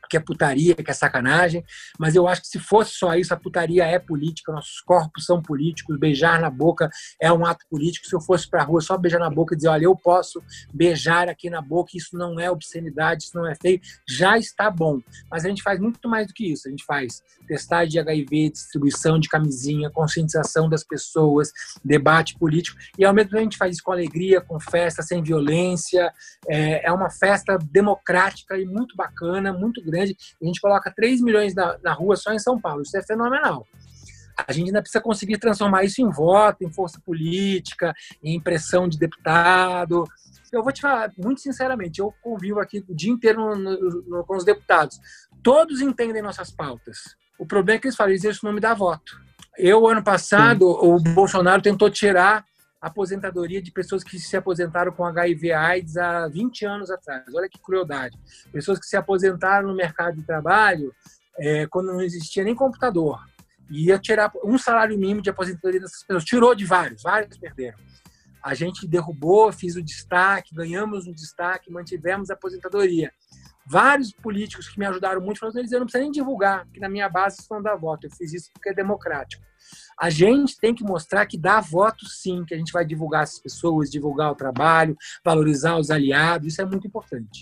que é putaria, que é sacanagem, mas eu acho que se fosse só isso, a putaria é política, nossos corpos são políticos, beijar na boca é um ato político. Se eu fosse para a rua só beijar na boca e dizer, olha, eu posso beijar aqui na boca, isso não é obscenidade, isso não é feio, já está bom. Mas a gente faz muito mais do que isso, a gente faz testagem de HIV, distribuição de camisinha, conscientização das pessoas, debate político, e ao mesmo tempo a gente faz isso com alegria, com festa, sem violência. É uma festa democrática e muito bacana, muito grande. A gente coloca 3 milhões na rua só em São Paulo. Isso é fenomenal. A gente ainda precisa conseguir transformar isso em voto, em força política, em pressão de deputado. Eu vou te falar, muito sinceramente, eu convivo aqui o dia inteiro com os deputados. Todos entendem nossas pautas. O problema é que eles falam, isso não me dá voto. Ano passado, o Bolsonaro tentou tirar a aposentadoria de pessoas que se aposentaram com HIV/AIDS há 20 anos atrás. Olha que crueldade. Pessoas que se aposentaram no mercado de trabalho quando não existia nem computador. E ia tirar um salário mínimo de aposentadoria dessas pessoas. Tirou de vários perderam. A gente derrubou, fiz o destaque, ganhamos um destaque, mantivemos a aposentadoria. Vários políticos que me ajudaram muito falaram, eles não precisam nem divulgar, porque na minha base isso não dá voto. Eu fiz isso porque é democrático. A gente tem que mostrar que dá voto sim, que a gente vai divulgar essas pessoas, divulgar o trabalho, valorizar os aliados, isso é muito importante.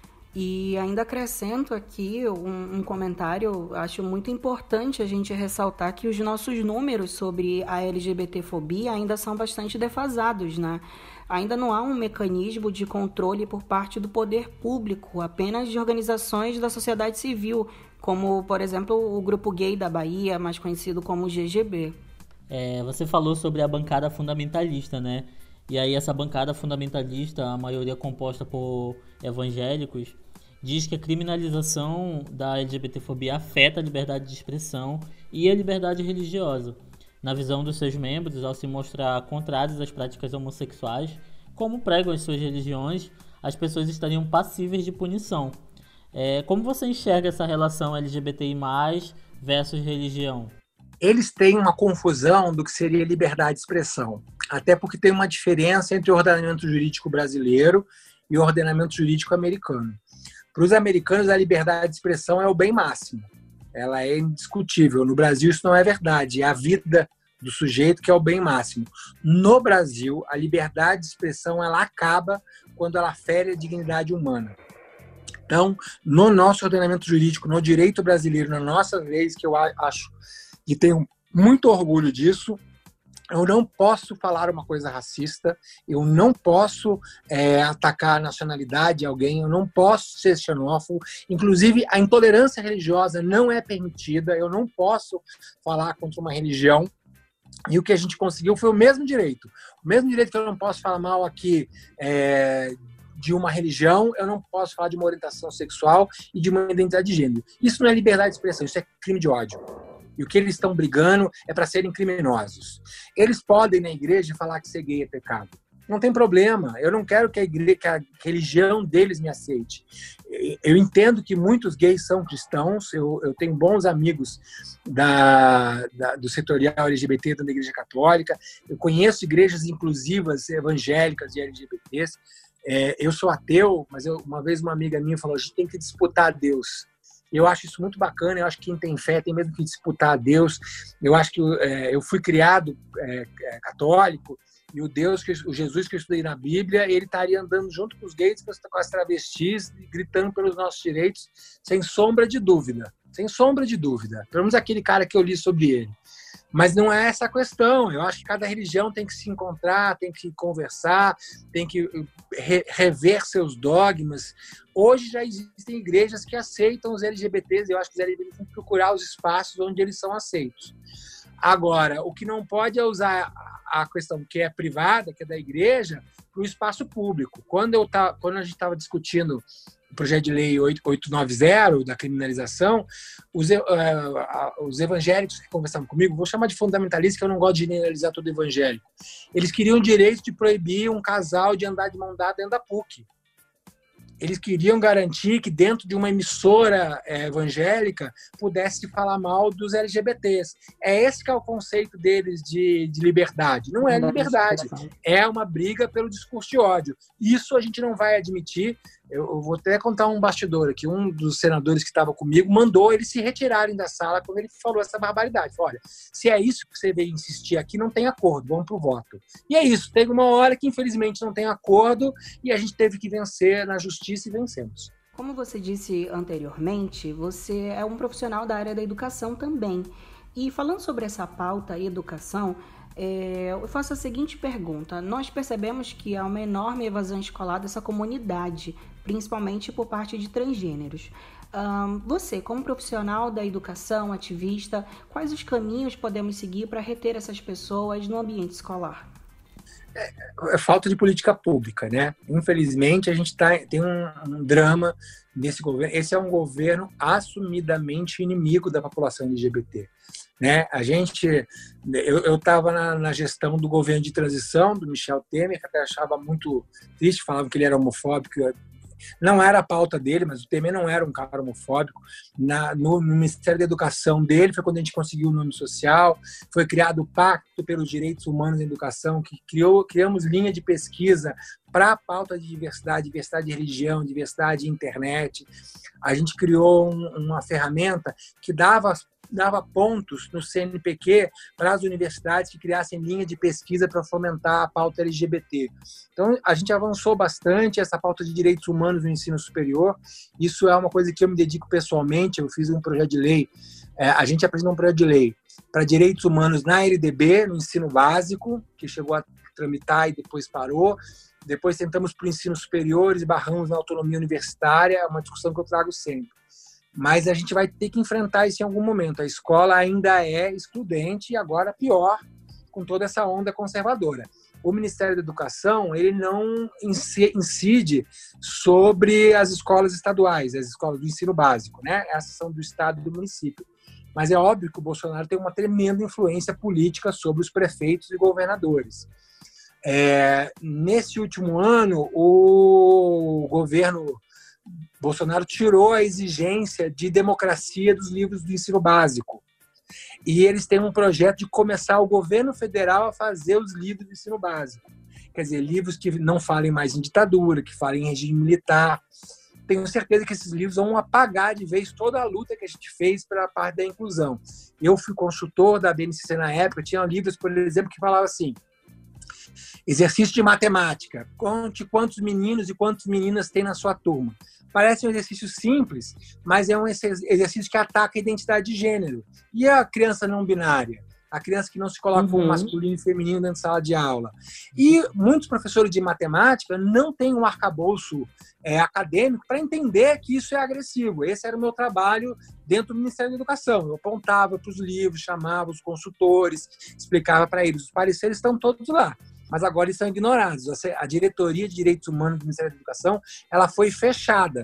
E ainda acrescento aqui um comentário, acho muito importante a gente ressaltar que os nossos números sobre a LGBTfobia ainda são bastante defasados, né? Ainda não há um mecanismo de controle por parte do poder público, apenas de organizações da sociedade civil, como, por exemplo, o Grupo Gay da Bahia, mais conhecido como GGB. Você falou sobre a bancada fundamentalista, né? E aí essa bancada fundamentalista, a maioria composta por evangélicos, diz que a criminalização da LGBTfobia afeta a liberdade de expressão e a liberdade religiosa. Na visão dos seus membros, ao se mostrar contrários às práticas homossexuais, como pregam as suas religiões, as pessoas estariam passíveis de punição. Como você enxerga essa relação LGBTI+, versus religião? Eles têm uma confusão do que seria liberdade de expressão, até porque tem uma diferença entre o ordenamento jurídico brasileiro e o ordenamento jurídico americano. Para os americanos, a liberdade de expressão é o bem máximo. Ela é indiscutível. No Brasil, isso não é verdade. É a vida do sujeito que é o bem máximo. No Brasil, a liberdade de expressão ela acaba quando ela fere a dignidade humana. Então, no nosso ordenamento jurídico, no direito brasileiro, nas nossas leis, que eu acho e tenho muito orgulho disso, eu não posso falar uma coisa racista, eu não posso atacar a nacionalidade de alguém, eu não posso ser xenófobo. Inclusive, a intolerância religiosa não é permitida, eu não posso falar contra uma religião. E o que a gente conseguiu foi o mesmo direito. O mesmo direito que eu não posso falar mal aqui de uma religião, eu não posso falar de uma orientação sexual e de uma identidade de gênero. Isso não é liberdade de expressão, isso é crime de ódio. E o que eles estão brigando é para serem criminosos. Eles podem, na igreja, falar que ser gay é pecado. Não tem problema. Eu não quero que a religião deles me aceite. Eu entendo que muitos gays são cristãos. Eu tenho bons amigos do setorial LGBT da Igreja Católica. Eu conheço igrejas inclusivas, evangélicas de LGBTs. Eu sou ateu, mas uma vez uma amiga minha falou, a gente tem que disputar a Deus. Eu acho isso muito bacana, eu acho que quem tem fé tem mesmo que disputar a Deus. Eu acho que eu fui criado católico e o Jesus que eu estudei na Bíblia, ele estaria andando junto com os gays, com as travestis, gritando pelos nossos direitos, sem sombra de dúvida. Sem sombra de dúvida. Pelo menos aquele cara que eu li sobre ele. Mas não é essa a questão. Eu acho que cada religião tem que se encontrar, tem que conversar, tem que rever seus dogmas. Hoje já existem igrejas que aceitam os LGBTs. Eu acho que os LGBTs têm que procurar os espaços onde eles são aceitos. Agora, o que não pode é usar a questão que é privada, que é da igreja, para o espaço público. Quando a gente estava discutindo o projeto de lei 890 da criminalização, os evangélicos que conversavam comigo, vou chamar de fundamentalistas, que eu não gosto de generalizar todo evangélico, eles queriam o direito de proibir um casal de andar de mão dada dentro da PUC. Eles queriam garantir que dentro de uma emissora evangélica pudesse falar mal dos LGBTs. É esse que é o conceito deles de liberdade. Não é liberdade, é uma briga pelo discurso de ódio. Isso a gente não vai admitir. Eu vou até contar um bastidor aqui. Um dos senadores que estava comigo mandou eles se retirarem da sala quando ele falou essa barbaridade. Falou, olha, se é isso que você veio insistir aqui, não tem acordo, vamos pro voto. E é isso, teve uma hora que infelizmente não tem acordo e a gente teve que vencer na justiça e vencemos. Como você disse anteriormente, você é um profissional da área da educação também. E falando sobre essa pauta, educação, eu faço a seguinte pergunta. Nós percebemos que há uma enorme evasão escolar dessa comunidade, principalmente por parte de transgêneros. Você, como profissional da educação, ativista, quais os caminhos podemos seguir para reter essas pessoas no ambiente escolar? É falta de política pública, né? Infelizmente, a gente tem um drama nesse governo. Esse é um governo assumidamente inimigo da população LGBT. Né? Eu estava na gestão do governo de transição, do Michel Temer, que até achava muito triste, falava que ele era homofóbico. Não era a pauta dele, mas o Temer não era um cara homofóbico. No Ministério da Educação dele foi quando a gente conseguiu o nome social, foi criado o Pacto pelos Direitos Humanos na Educação, que criamos linha de pesquisa para a pauta de diversidade de religião, diversidade de internet. A gente criou uma ferramenta que dava pontos no CNPq para as universidades que criassem linha de pesquisa para fomentar a pauta LGBT. Então, a gente avançou bastante essa pauta de direitos humanos no ensino superior. Isso é uma coisa que eu me dedico pessoalmente. Eu fiz um projeto de lei, a gente apresentou um projeto de lei para direitos humanos na LDB, no ensino básico, que chegou a tramitar e depois parou. Depois tentamos para o ensino superior, esbarramos na autonomia universitária, é uma discussão que eu trago sempre. Mas a gente vai ter que enfrentar isso em algum momento. A escola ainda é excludente e agora pior, com toda essa onda conservadora. O Ministério da Educação, ele não incide sobre as escolas estaduais, as escolas do ensino básico, né? Essas são do estado e do município. Mas é óbvio que o Bolsonaro tem uma tremenda influência política sobre os prefeitos e governadores. Nesse último ano, o governo Bolsonaro tirou a exigência de democracia dos livros do ensino básico. E eles têm um projeto de começar o governo federal a fazer os livros do ensino básico. Quer dizer, livros que não falem mais em ditadura, que falem em regime militar. Tenho certeza que esses livros vão apagar de vez toda a luta que a gente fez pela parte da inclusão. Eu fui consultor da BNCC na época, tinha livros, por exemplo, que falavam assim: exercício de matemática, conte quantos meninos e quantas meninas tem na sua turma. Parece um exercício simples, mas é um exercício que ataca a identidade de gênero. E a criança não binária? A criança que não se coloca como masculino e feminino dentro da sala de aula. E muitos professores de matemática não têm um arcabouço acadêmico para entender que isso é agressivo. Esse era o meu trabalho dentro do Ministério da Educação. Eu apontava para os livros, chamava os consultores, explicava para eles. Os pareceres estão todos lá, mas agora eles são ignorados. A diretoria de direitos humanos do Ministério da Educação, ela foi fechada.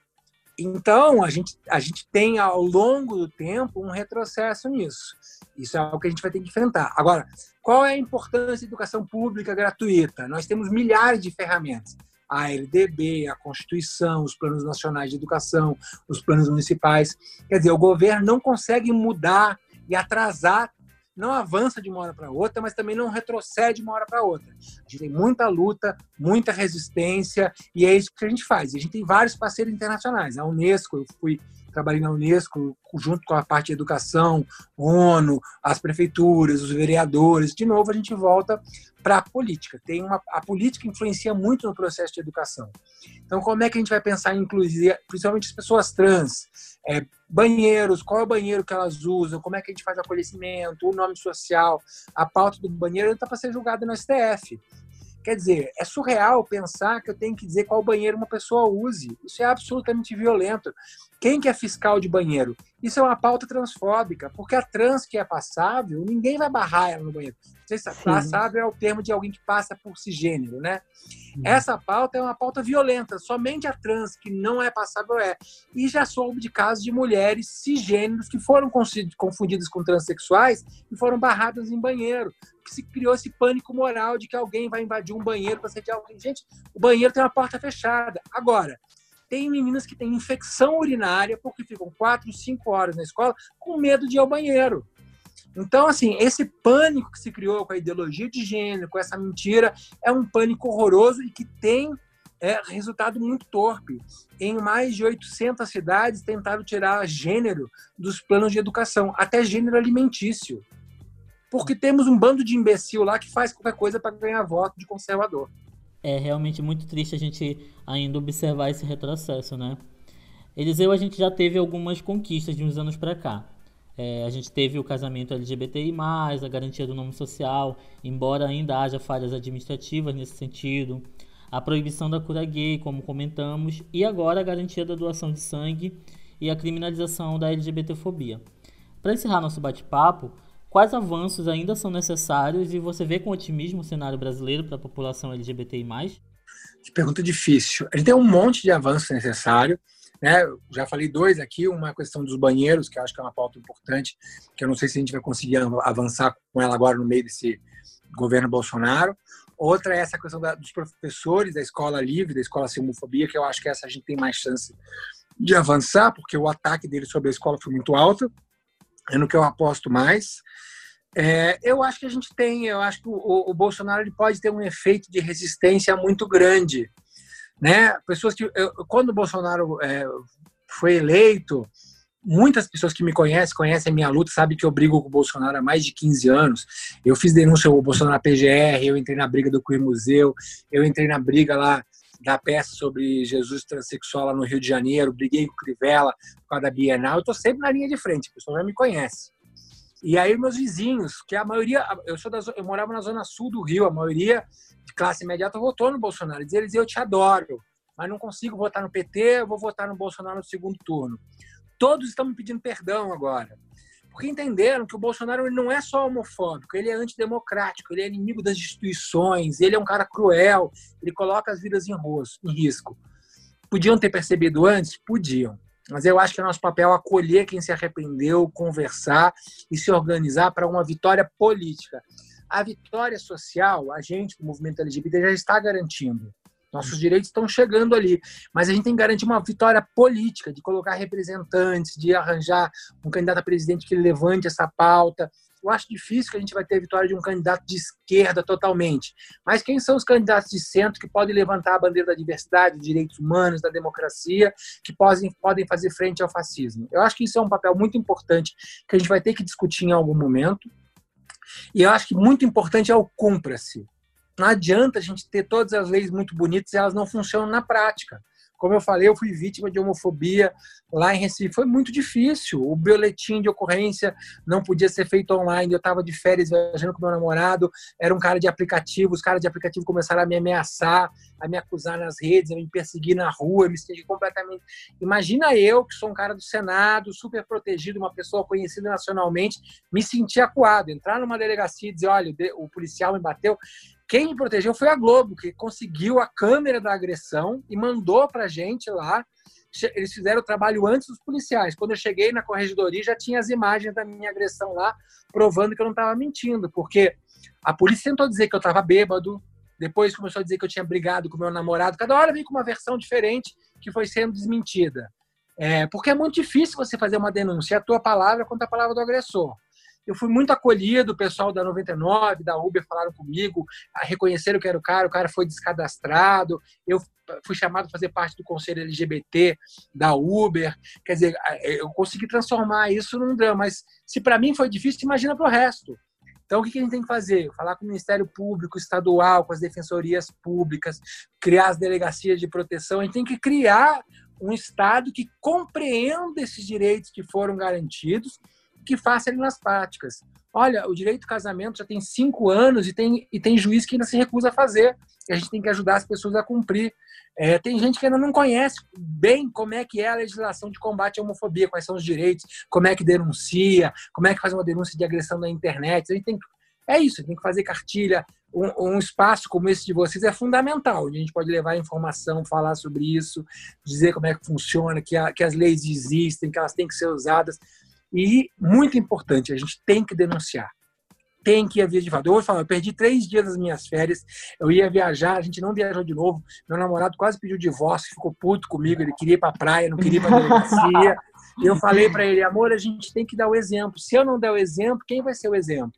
Então, a gente tem, ao longo do tempo, um retrocesso nisso. Isso é algo que a gente vai ter que enfrentar. Agora, qual é a importância da educação pública gratuita? Nós temos milhares de ferramentas. A LDB, a Constituição, os planos nacionais de educação, os planos municipais. Quer dizer, o governo não consegue mudar e atrasar, não avança de uma hora para outra, mas também não retrocede de uma hora para outra. A gente tem muita luta, muita resistência, e é isso que a gente faz. A gente tem vários parceiros internacionais. A Unesco, trabalhei na Unesco junto com a parte de educação, ONU, as prefeituras, os vereadores. De novo, a gente volta para a política. A política influencia muito no processo de educação. Então, como é que a gente vai pensar em incluir, principalmente as pessoas trans, banheiros, qual é o banheiro que elas usam, como é que a gente faz o acolhimento, o nome social, a pauta do banheiro está para ser julgada no STF. Quer dizer, é surreal pensar que eu tenho que dizer qual banheiro uma pessoa use. Isso é absolutamente violento. Quem que é fiscal de banheiro? Isso é uma pauta transfóbica, porque a trans que é passável, ninguém vai barrar ela no banheiro. Não sei se passável é o termo de alguém que passa por cisgênero, né? Essa pauta é uma pauta violenta, somente a trans que não é passável é. E já soube de casos de mulheres cisgêneros que foram confundidas com transexuais e foram barradas em banheiro. Que se criou esse pânico moral de que alguém vai invadir um banheiro para sediar alguém. Gente, o banheiro tem uma porta fechada. Agora, tem meninas que têm infecção urinária porque ficam 4, 5 horas na escola com medo de ir ao banheiro. Então, assim, esse pânico que se criou com a ideologia de gênero, com essa mentira, é um pânico horroroso e que tem é resultado muito torpe. Em mais de 800 cidades tentaram tirar gênero dos planos de educação, até gênero alimentício. Porque temos um bando de imbecil lá que faz qualquer coisa para ganhar voto de conservador. É realmente muito triste a gente ainda observar esse retrocesso, né? Eliseu, a gente já teve algumas conquistas de uns anos para cá. A gente teve o casamento LGBTI+, a garantia do nome social, embora ainda haja falhas administrativas nesse sentido, a proibição da cura gay, como comentamos, e agora a garantia da doação de sangue e a criminalização da LGBTfobia. Para encerrar nosso bate-papo, quais avanços ainda são necessários e você vê com otimismo o cenário brasileiro para a população LGBTI+? Que pergunta difícil. A gente tem um monte de avanço necessário, né? Eu já falei 2 aqui, uma questão dos banheiros, que eu acho que é uma pauta importante, que eu não sei se a gente vai conseguir avançar com ela agora no meio desse governo Bolsonaro. Outra é essa questão dos professores, da escola livre, da escola sem homofobia, que eu acho que essa a gente tem mais chance de avançar, porque o ataque dele sobre a escola foi muito alto, é no que eu aposto mais. Eu acho que a gente tem, eu acho que o Bolsonaro ele pode ter um efeito de resistência muito grande, né? Pessoas que quando o Bolsonaro foi eleito, muitas pessoas que me conhecem a minha luta, sabem que eu brigo com o Bolsonaro há mais de 15 anos. Eu fiz denúncia ao Bolsonaro na PGR, eu entrei na briga do Queer Museu, eu entrei na briga lá da peça sobre Jesus transexual lá no Rio de Janeiro, briguei com o Crivella por causa da Bienal. Eu estou sempre na linha de frente, a pessoa já me conhece. E aí meus vizinhos, que a maioria, eu morava na zona sul do Rio, a maioria de classe imediata votou no Bolsonaro. Diz eles, eu te adoro, mas não consigo votar no PT, eu vou votar no Bolsonaro no segundo turno. Todos estão me pedindo perdão agora, porque entenderam que o Bolsonaro ele não é só homofóbico, ele é antidemocrático, ele é inimigo das instituições, ele é um cara cruel, ele coloca as vidas em risco. Podiam ter percebido antes? Podiam. Mas eu acho que é nosso papel acolher quem se arrependeu, conversar e se organizar para uma vitória política. A vitória social, a gente, o movimento LGBT, já está garantindo. Nossos direitos estão chegando ali. Mas a gente tem que garantir uma vitória política, de colocar representantes, de arranjar um candidato a presidente que levante essa pauta. Eu acho difícil que a gente vai ter a vitória de um candidato de esquerda totalmente. Mas quem são os candidatos de centro que podem levantar a bandeira da diversidade, dos direitos humanos, da democracia, que podem fazer frente ao fascismo? Eu acho que isso é um papel muito importante que a gente vai ter que discutir em algum momento. E eu acho que muito importante é o cumpra-se. Não adianta a gente ter todas as leis muito bonitas e elas não funcionam na prática. Como eu falei, eu fui vítima de homofobia lá em Recife. Foi muito difícil. O boletim de ocorrência não podia ser feito online. Eu estava de férias viajando com meu namorado. Era um cara de aplicativo. Os caras de aplicativo começaram a me ameaçar, a me acusar nas redes, a me perseguir na rua. Eu me senti completamente... Imagina eu, que sou um cara do Senado, super protegido, uma pessoa conhecida nacionalmente, me sentir acuado. Entrar numa delegacia e dizer, olha, o policial me bateu. Quem me protegeu foi a Globo, que conseguiu a câmera da agressão e mandou para a gente lá. Eles fizeram o trabalho antes dos policiais. Quando eu cheguei na corregedoria, já tinha as imagens da minha agressão lá, provando que eu não estava mentindo, porque a polícia tentou dizer que eu estava bêbado, depois começou a dizer que eu tinha brigado com meu namorado. Cada hora vem com uma versão diferente que foi sendo desmentida. Porque é muito difícil você fazer uma denúncia. É a tua palavra contra a palavra do agressor. Eu fui muito acolhido, o pessoal da 99, da Uber falaram comigo, reconheceram que era o cara foi descadastrado, eu fui chamado a fazer parte do conselho LGBT da Uber, quer dizer, eu consegui transformar isso num drama, mas se para mim foi difícil, imagina para o resto. Então, o que a gente tem que fazer? Falar com o Ministério Público Estadual, com as defensorias públicas, criar as delegacias de proteção, a gente tem que criar um Estado que compreenda esses direitos que foram garantidos, que faça ele nas práticas. Olha, o direito do casamento já tem 5 anos e tem juiz que ainda se recusa a fazer. E a gente tem que ajudar as pessoas a cumprir. Tem gente que ainda não conhece bem como é que é a legislação de combate à homofobia, quais são os direitos, como é que denuncia, como é que faz uma denúncia de agressão na internet. A gente tem que fazer cartilha. Um espaço como esse de vocês é fundamental, onde a gente pode levar informação, falar sobre isso, dizer como é que funciona, que as leis existem, que elas têm que ser usadas. E, muito importante, a gente tem que denunciar. Tem que ir a via de fato. Eu vou falar, eu perdi 3 dias das minhas férias, eu ia viajar, a gente não viajou de novo, meu namorado quase pediu divórcio, ficou puto comigo, ele queria ir pra praia, não queria ir pra delegacia. E eu falei para ele, amor, a gente tem que dar o exemplo. Se eu não der o exemplo, quem vai ser o exemplo?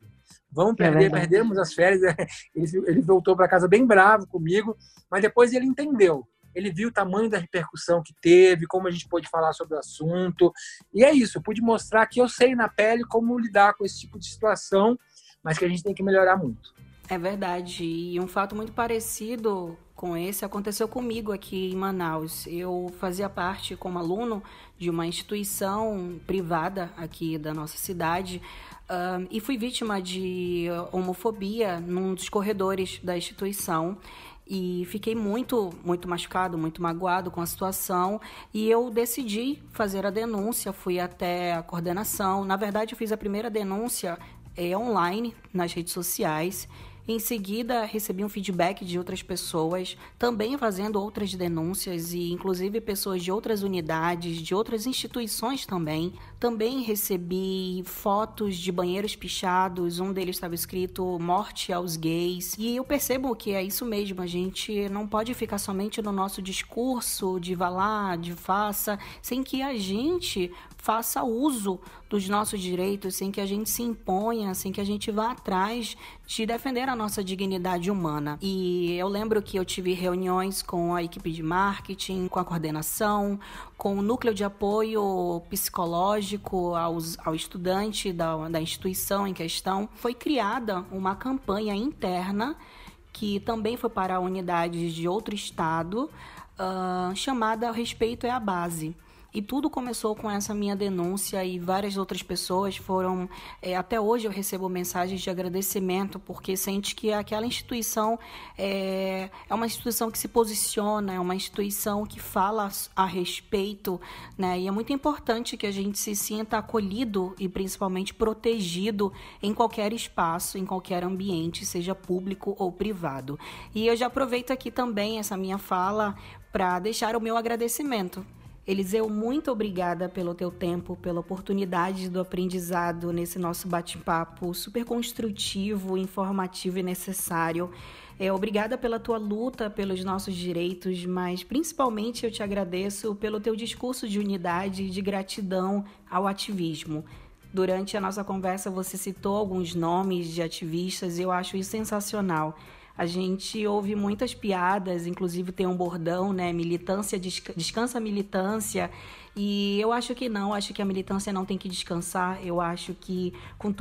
Vamos perder, perdemos as férias. Ele voltou para casa bem bravo comigo, mas depois ele entendeu. Ele viu o tamanho da repercussão que teve, como a gente pôde falar sobre o assunto. E é isso, eu pude mostrar que eu sei na pele como lidar com esse tipo de situação, mas que a gente tem que melhorar muito. É verdade. E um fato muito parecido com esse aconteceu comigo aqui em Manaus. Eu fazia parte, como aluno, de uma instituição privada aqui da nossa cidade, e fui vítima de homofobia num dos corredores da instituição. E fiquei muito machucado, muito magoado com a situação. E eu decidi fazer a denúncia, fui até a coordenação. Na verdade, eu fiz a primeira denúncia online, nas redes sociais. Em seguida, recebi um feedback de outras pessoas, também fazendo outras denúncias, e inclusive pessoas de outras unidades, de outras instituições também. Também recebi fotos de banheiros pichados, um deles estava escrito "Morte aos gays". E eu percebo que é isso mesmo, a gente não pode ficar somente no nosso discurso de vá lá, de faça, sem que a gente faça uso dos nossos direitos, sem que a gente se imponha, sem que a gente vá atrás de defender a nossa dignidade humana. E eu lembro que eu tive reuniões com a equipe de marketing, com a coordenação, com o núcleo de apoio psicológico ao estudante da instituição em questão. Foi criada uma campanha interna que também foi para unidades de outro estado, chamada "Respeito é a Base". E tudo começou com essa minha denúncia e várias outras pessoas foram... até hoje eu recebo mensagens de agradecimento porque sente que aquela instituição é uma instituição que se posiciona, é uma instituição que fala a respeito, né? E é muito importante que a gente se sinta acolhido e principalmente protegido em qualquer espaço, em qualquer ambiente, seja público ou privado. E eu já aproveito aqui também essa minha fala para deixar o meu agradecimento. Eliseu, muito obrigada pelo teu tempo, pela oportunidade do aprendizado nesse nosso bate-papo super construtivo, informativo e necessário. Obrigada pela tua luta pelos nossos direitos, mas principalmente eu te agradeço pelo teu discurso de unidade e de gratidão ao ativismo. Durante a nossa conversa você citou alguns nomes de ativistas e eu acho isso sensacional. A gente ouve muitas piadas, inclusive tem um bordão, né? Militância, descansa a militância. E eu acho que não, acho que a militância não tem que descansar. Eu acho que,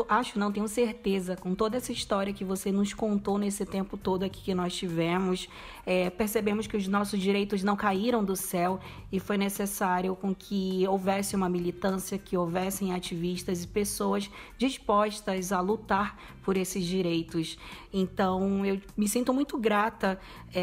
tenho certeza, com toda essa história que você nos contou nesse tempo todo aqui que nós tivemos, percebemos que os nossos direitos não caíram do céu e foi necessário com que houvesse uma militância, que houvessem ativistas e pessoas dispostas a lutar por esses direitos. Então, eu me sinto muito grata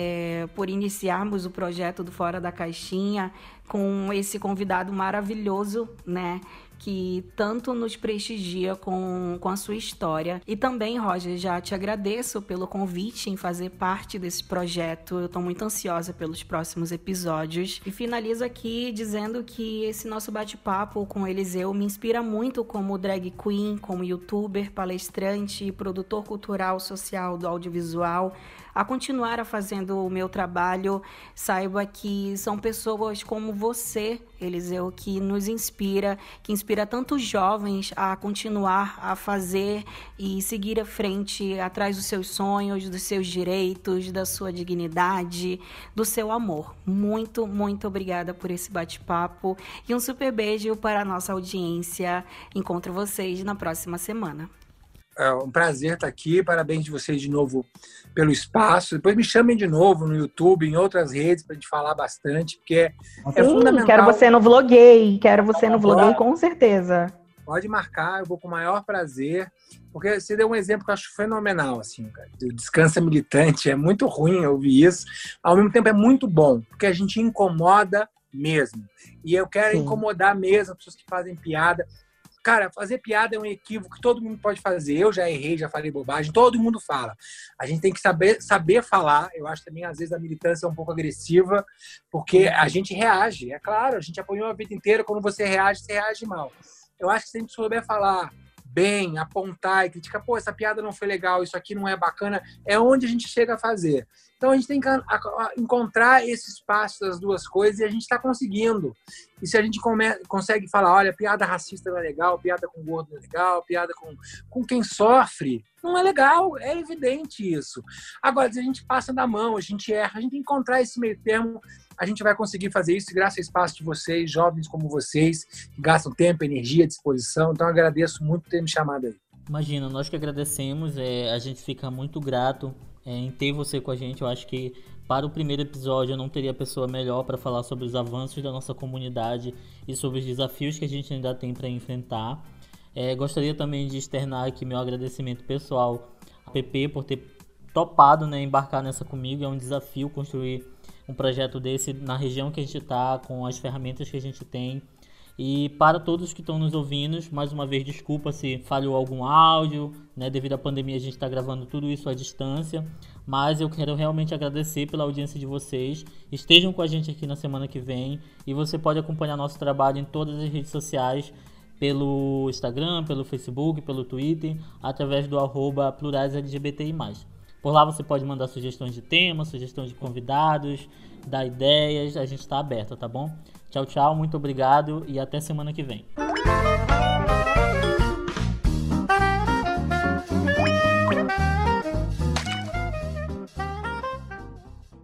por iniciarmos o projeto do Fora da Caixinha com esse convidado maravilhoso, né? Que tanto nos prestigia com a sua história. E também, Roger, já te agradeço pelo convite em fazer parte desse projeto. Eu estou muito ansiosa pelos próximos episódios. E finalizo aqui dizendo que esse nosso bate-papo com Eliseu me inspira muito como drag queen, como youtuber, palestrante e produtor cultural social do audiovisual, a continuar fazendo o meu trabalho. Saiba que são pessoas como você, Eliseu, que nos inspira, que inspira tantos jovens a continuar a fazer e seguir à frente, atrás dos seus sonhos, dos seus direitos, da sua dignidade, do seu amor. Muito, muito obrigada por esse bate-papo e um super beijo para a nossa audiência. Encontro vocês na próxima semana. É um prazer estar aqui, parabéns de vocês de novo pelo espaço. Depois me chamem de novo no YouTube, em outras redes, para a gente falar bastante, porque é fundamental. Quero você no Vloguei, com certeza. Pode marcar, eu vou com o maior prazer, porque você deu um exemplo que eu acho fenomenal, assim, cara. O Descansa Militante, é muito ruim ouvir isso, ao mesmo tempo é muito bom, porque a gente incomoda mesmo. E eu quero incomodar mesmo as pessoas que fazem piada. Cara, fazer piada é um equívoco que todo mundo pode fazer. Eu já errei, já falei bobagem, todo mundo fala. A gente tem que saber falar. Eu acho também, às vezes, a militância é um pouco agressiva, porque a gente reage. É claro, a gente apanhou a vida inteira, quando você reage mal. Eu acho que se a gente souber falar bem, apontar e criticar, essa piada não foi legal, isso aqui não é bacana, é onde a gente chega a fazer. Então a gente tem que encontrar esse espaço das duas coisas e a gente está conseguindo. E se a gente consegue falar, olha, piada racista não é legal, piada com gordo não é legal, piada com quem sofre, não é legal, é evidente isso. Agora, se a gente passa da mão, a gente erra, a gente tem que encontrar esse meio termo, a gente vai conseguir fazer isso graças ao espaço de vocês, jovens como vocês, que gastam tempo, energia, disposição. Então, eu agradeço muito por ter me chamado aí. Imagina, nós que agradecemos, a gente fica muito grato em ter você com a gente. Eu acho que para o primeiro episódio eu não teria pessoa melhor para falar sobre os avanços da nossa comunidade e sobre os desafios que a gente ainda tem para enfrentar. Gostaria também de externar aqui meu agradecimento pessoal a PP por ter topado, né, embarcar nessa comigo. É um desafio construir um projeto desse na região que a gente está, com as ferramentas que a gente tem. E para todos que estão nos ouvindo, mais uma vez, desculpa se falhou algum áudio, né? Devido à pandemia a gente está gravando tudo isso à distância, mas eu quero realmente agradecer pela audiência de vocês. Estejam com a gente aqui na semana que vem e você pode acompanhar nosso trabalho em todas as redes sociais, pelo Instagram, pelo Facebook, pelo Twitter, através do @pluraislgbti+. Por lá você pode mandar sugestões de temas, sugestões de convidados, dar ideias, a gente está aberto, tá bom? Tchau, tchau, muito obrigado e até semana que vem.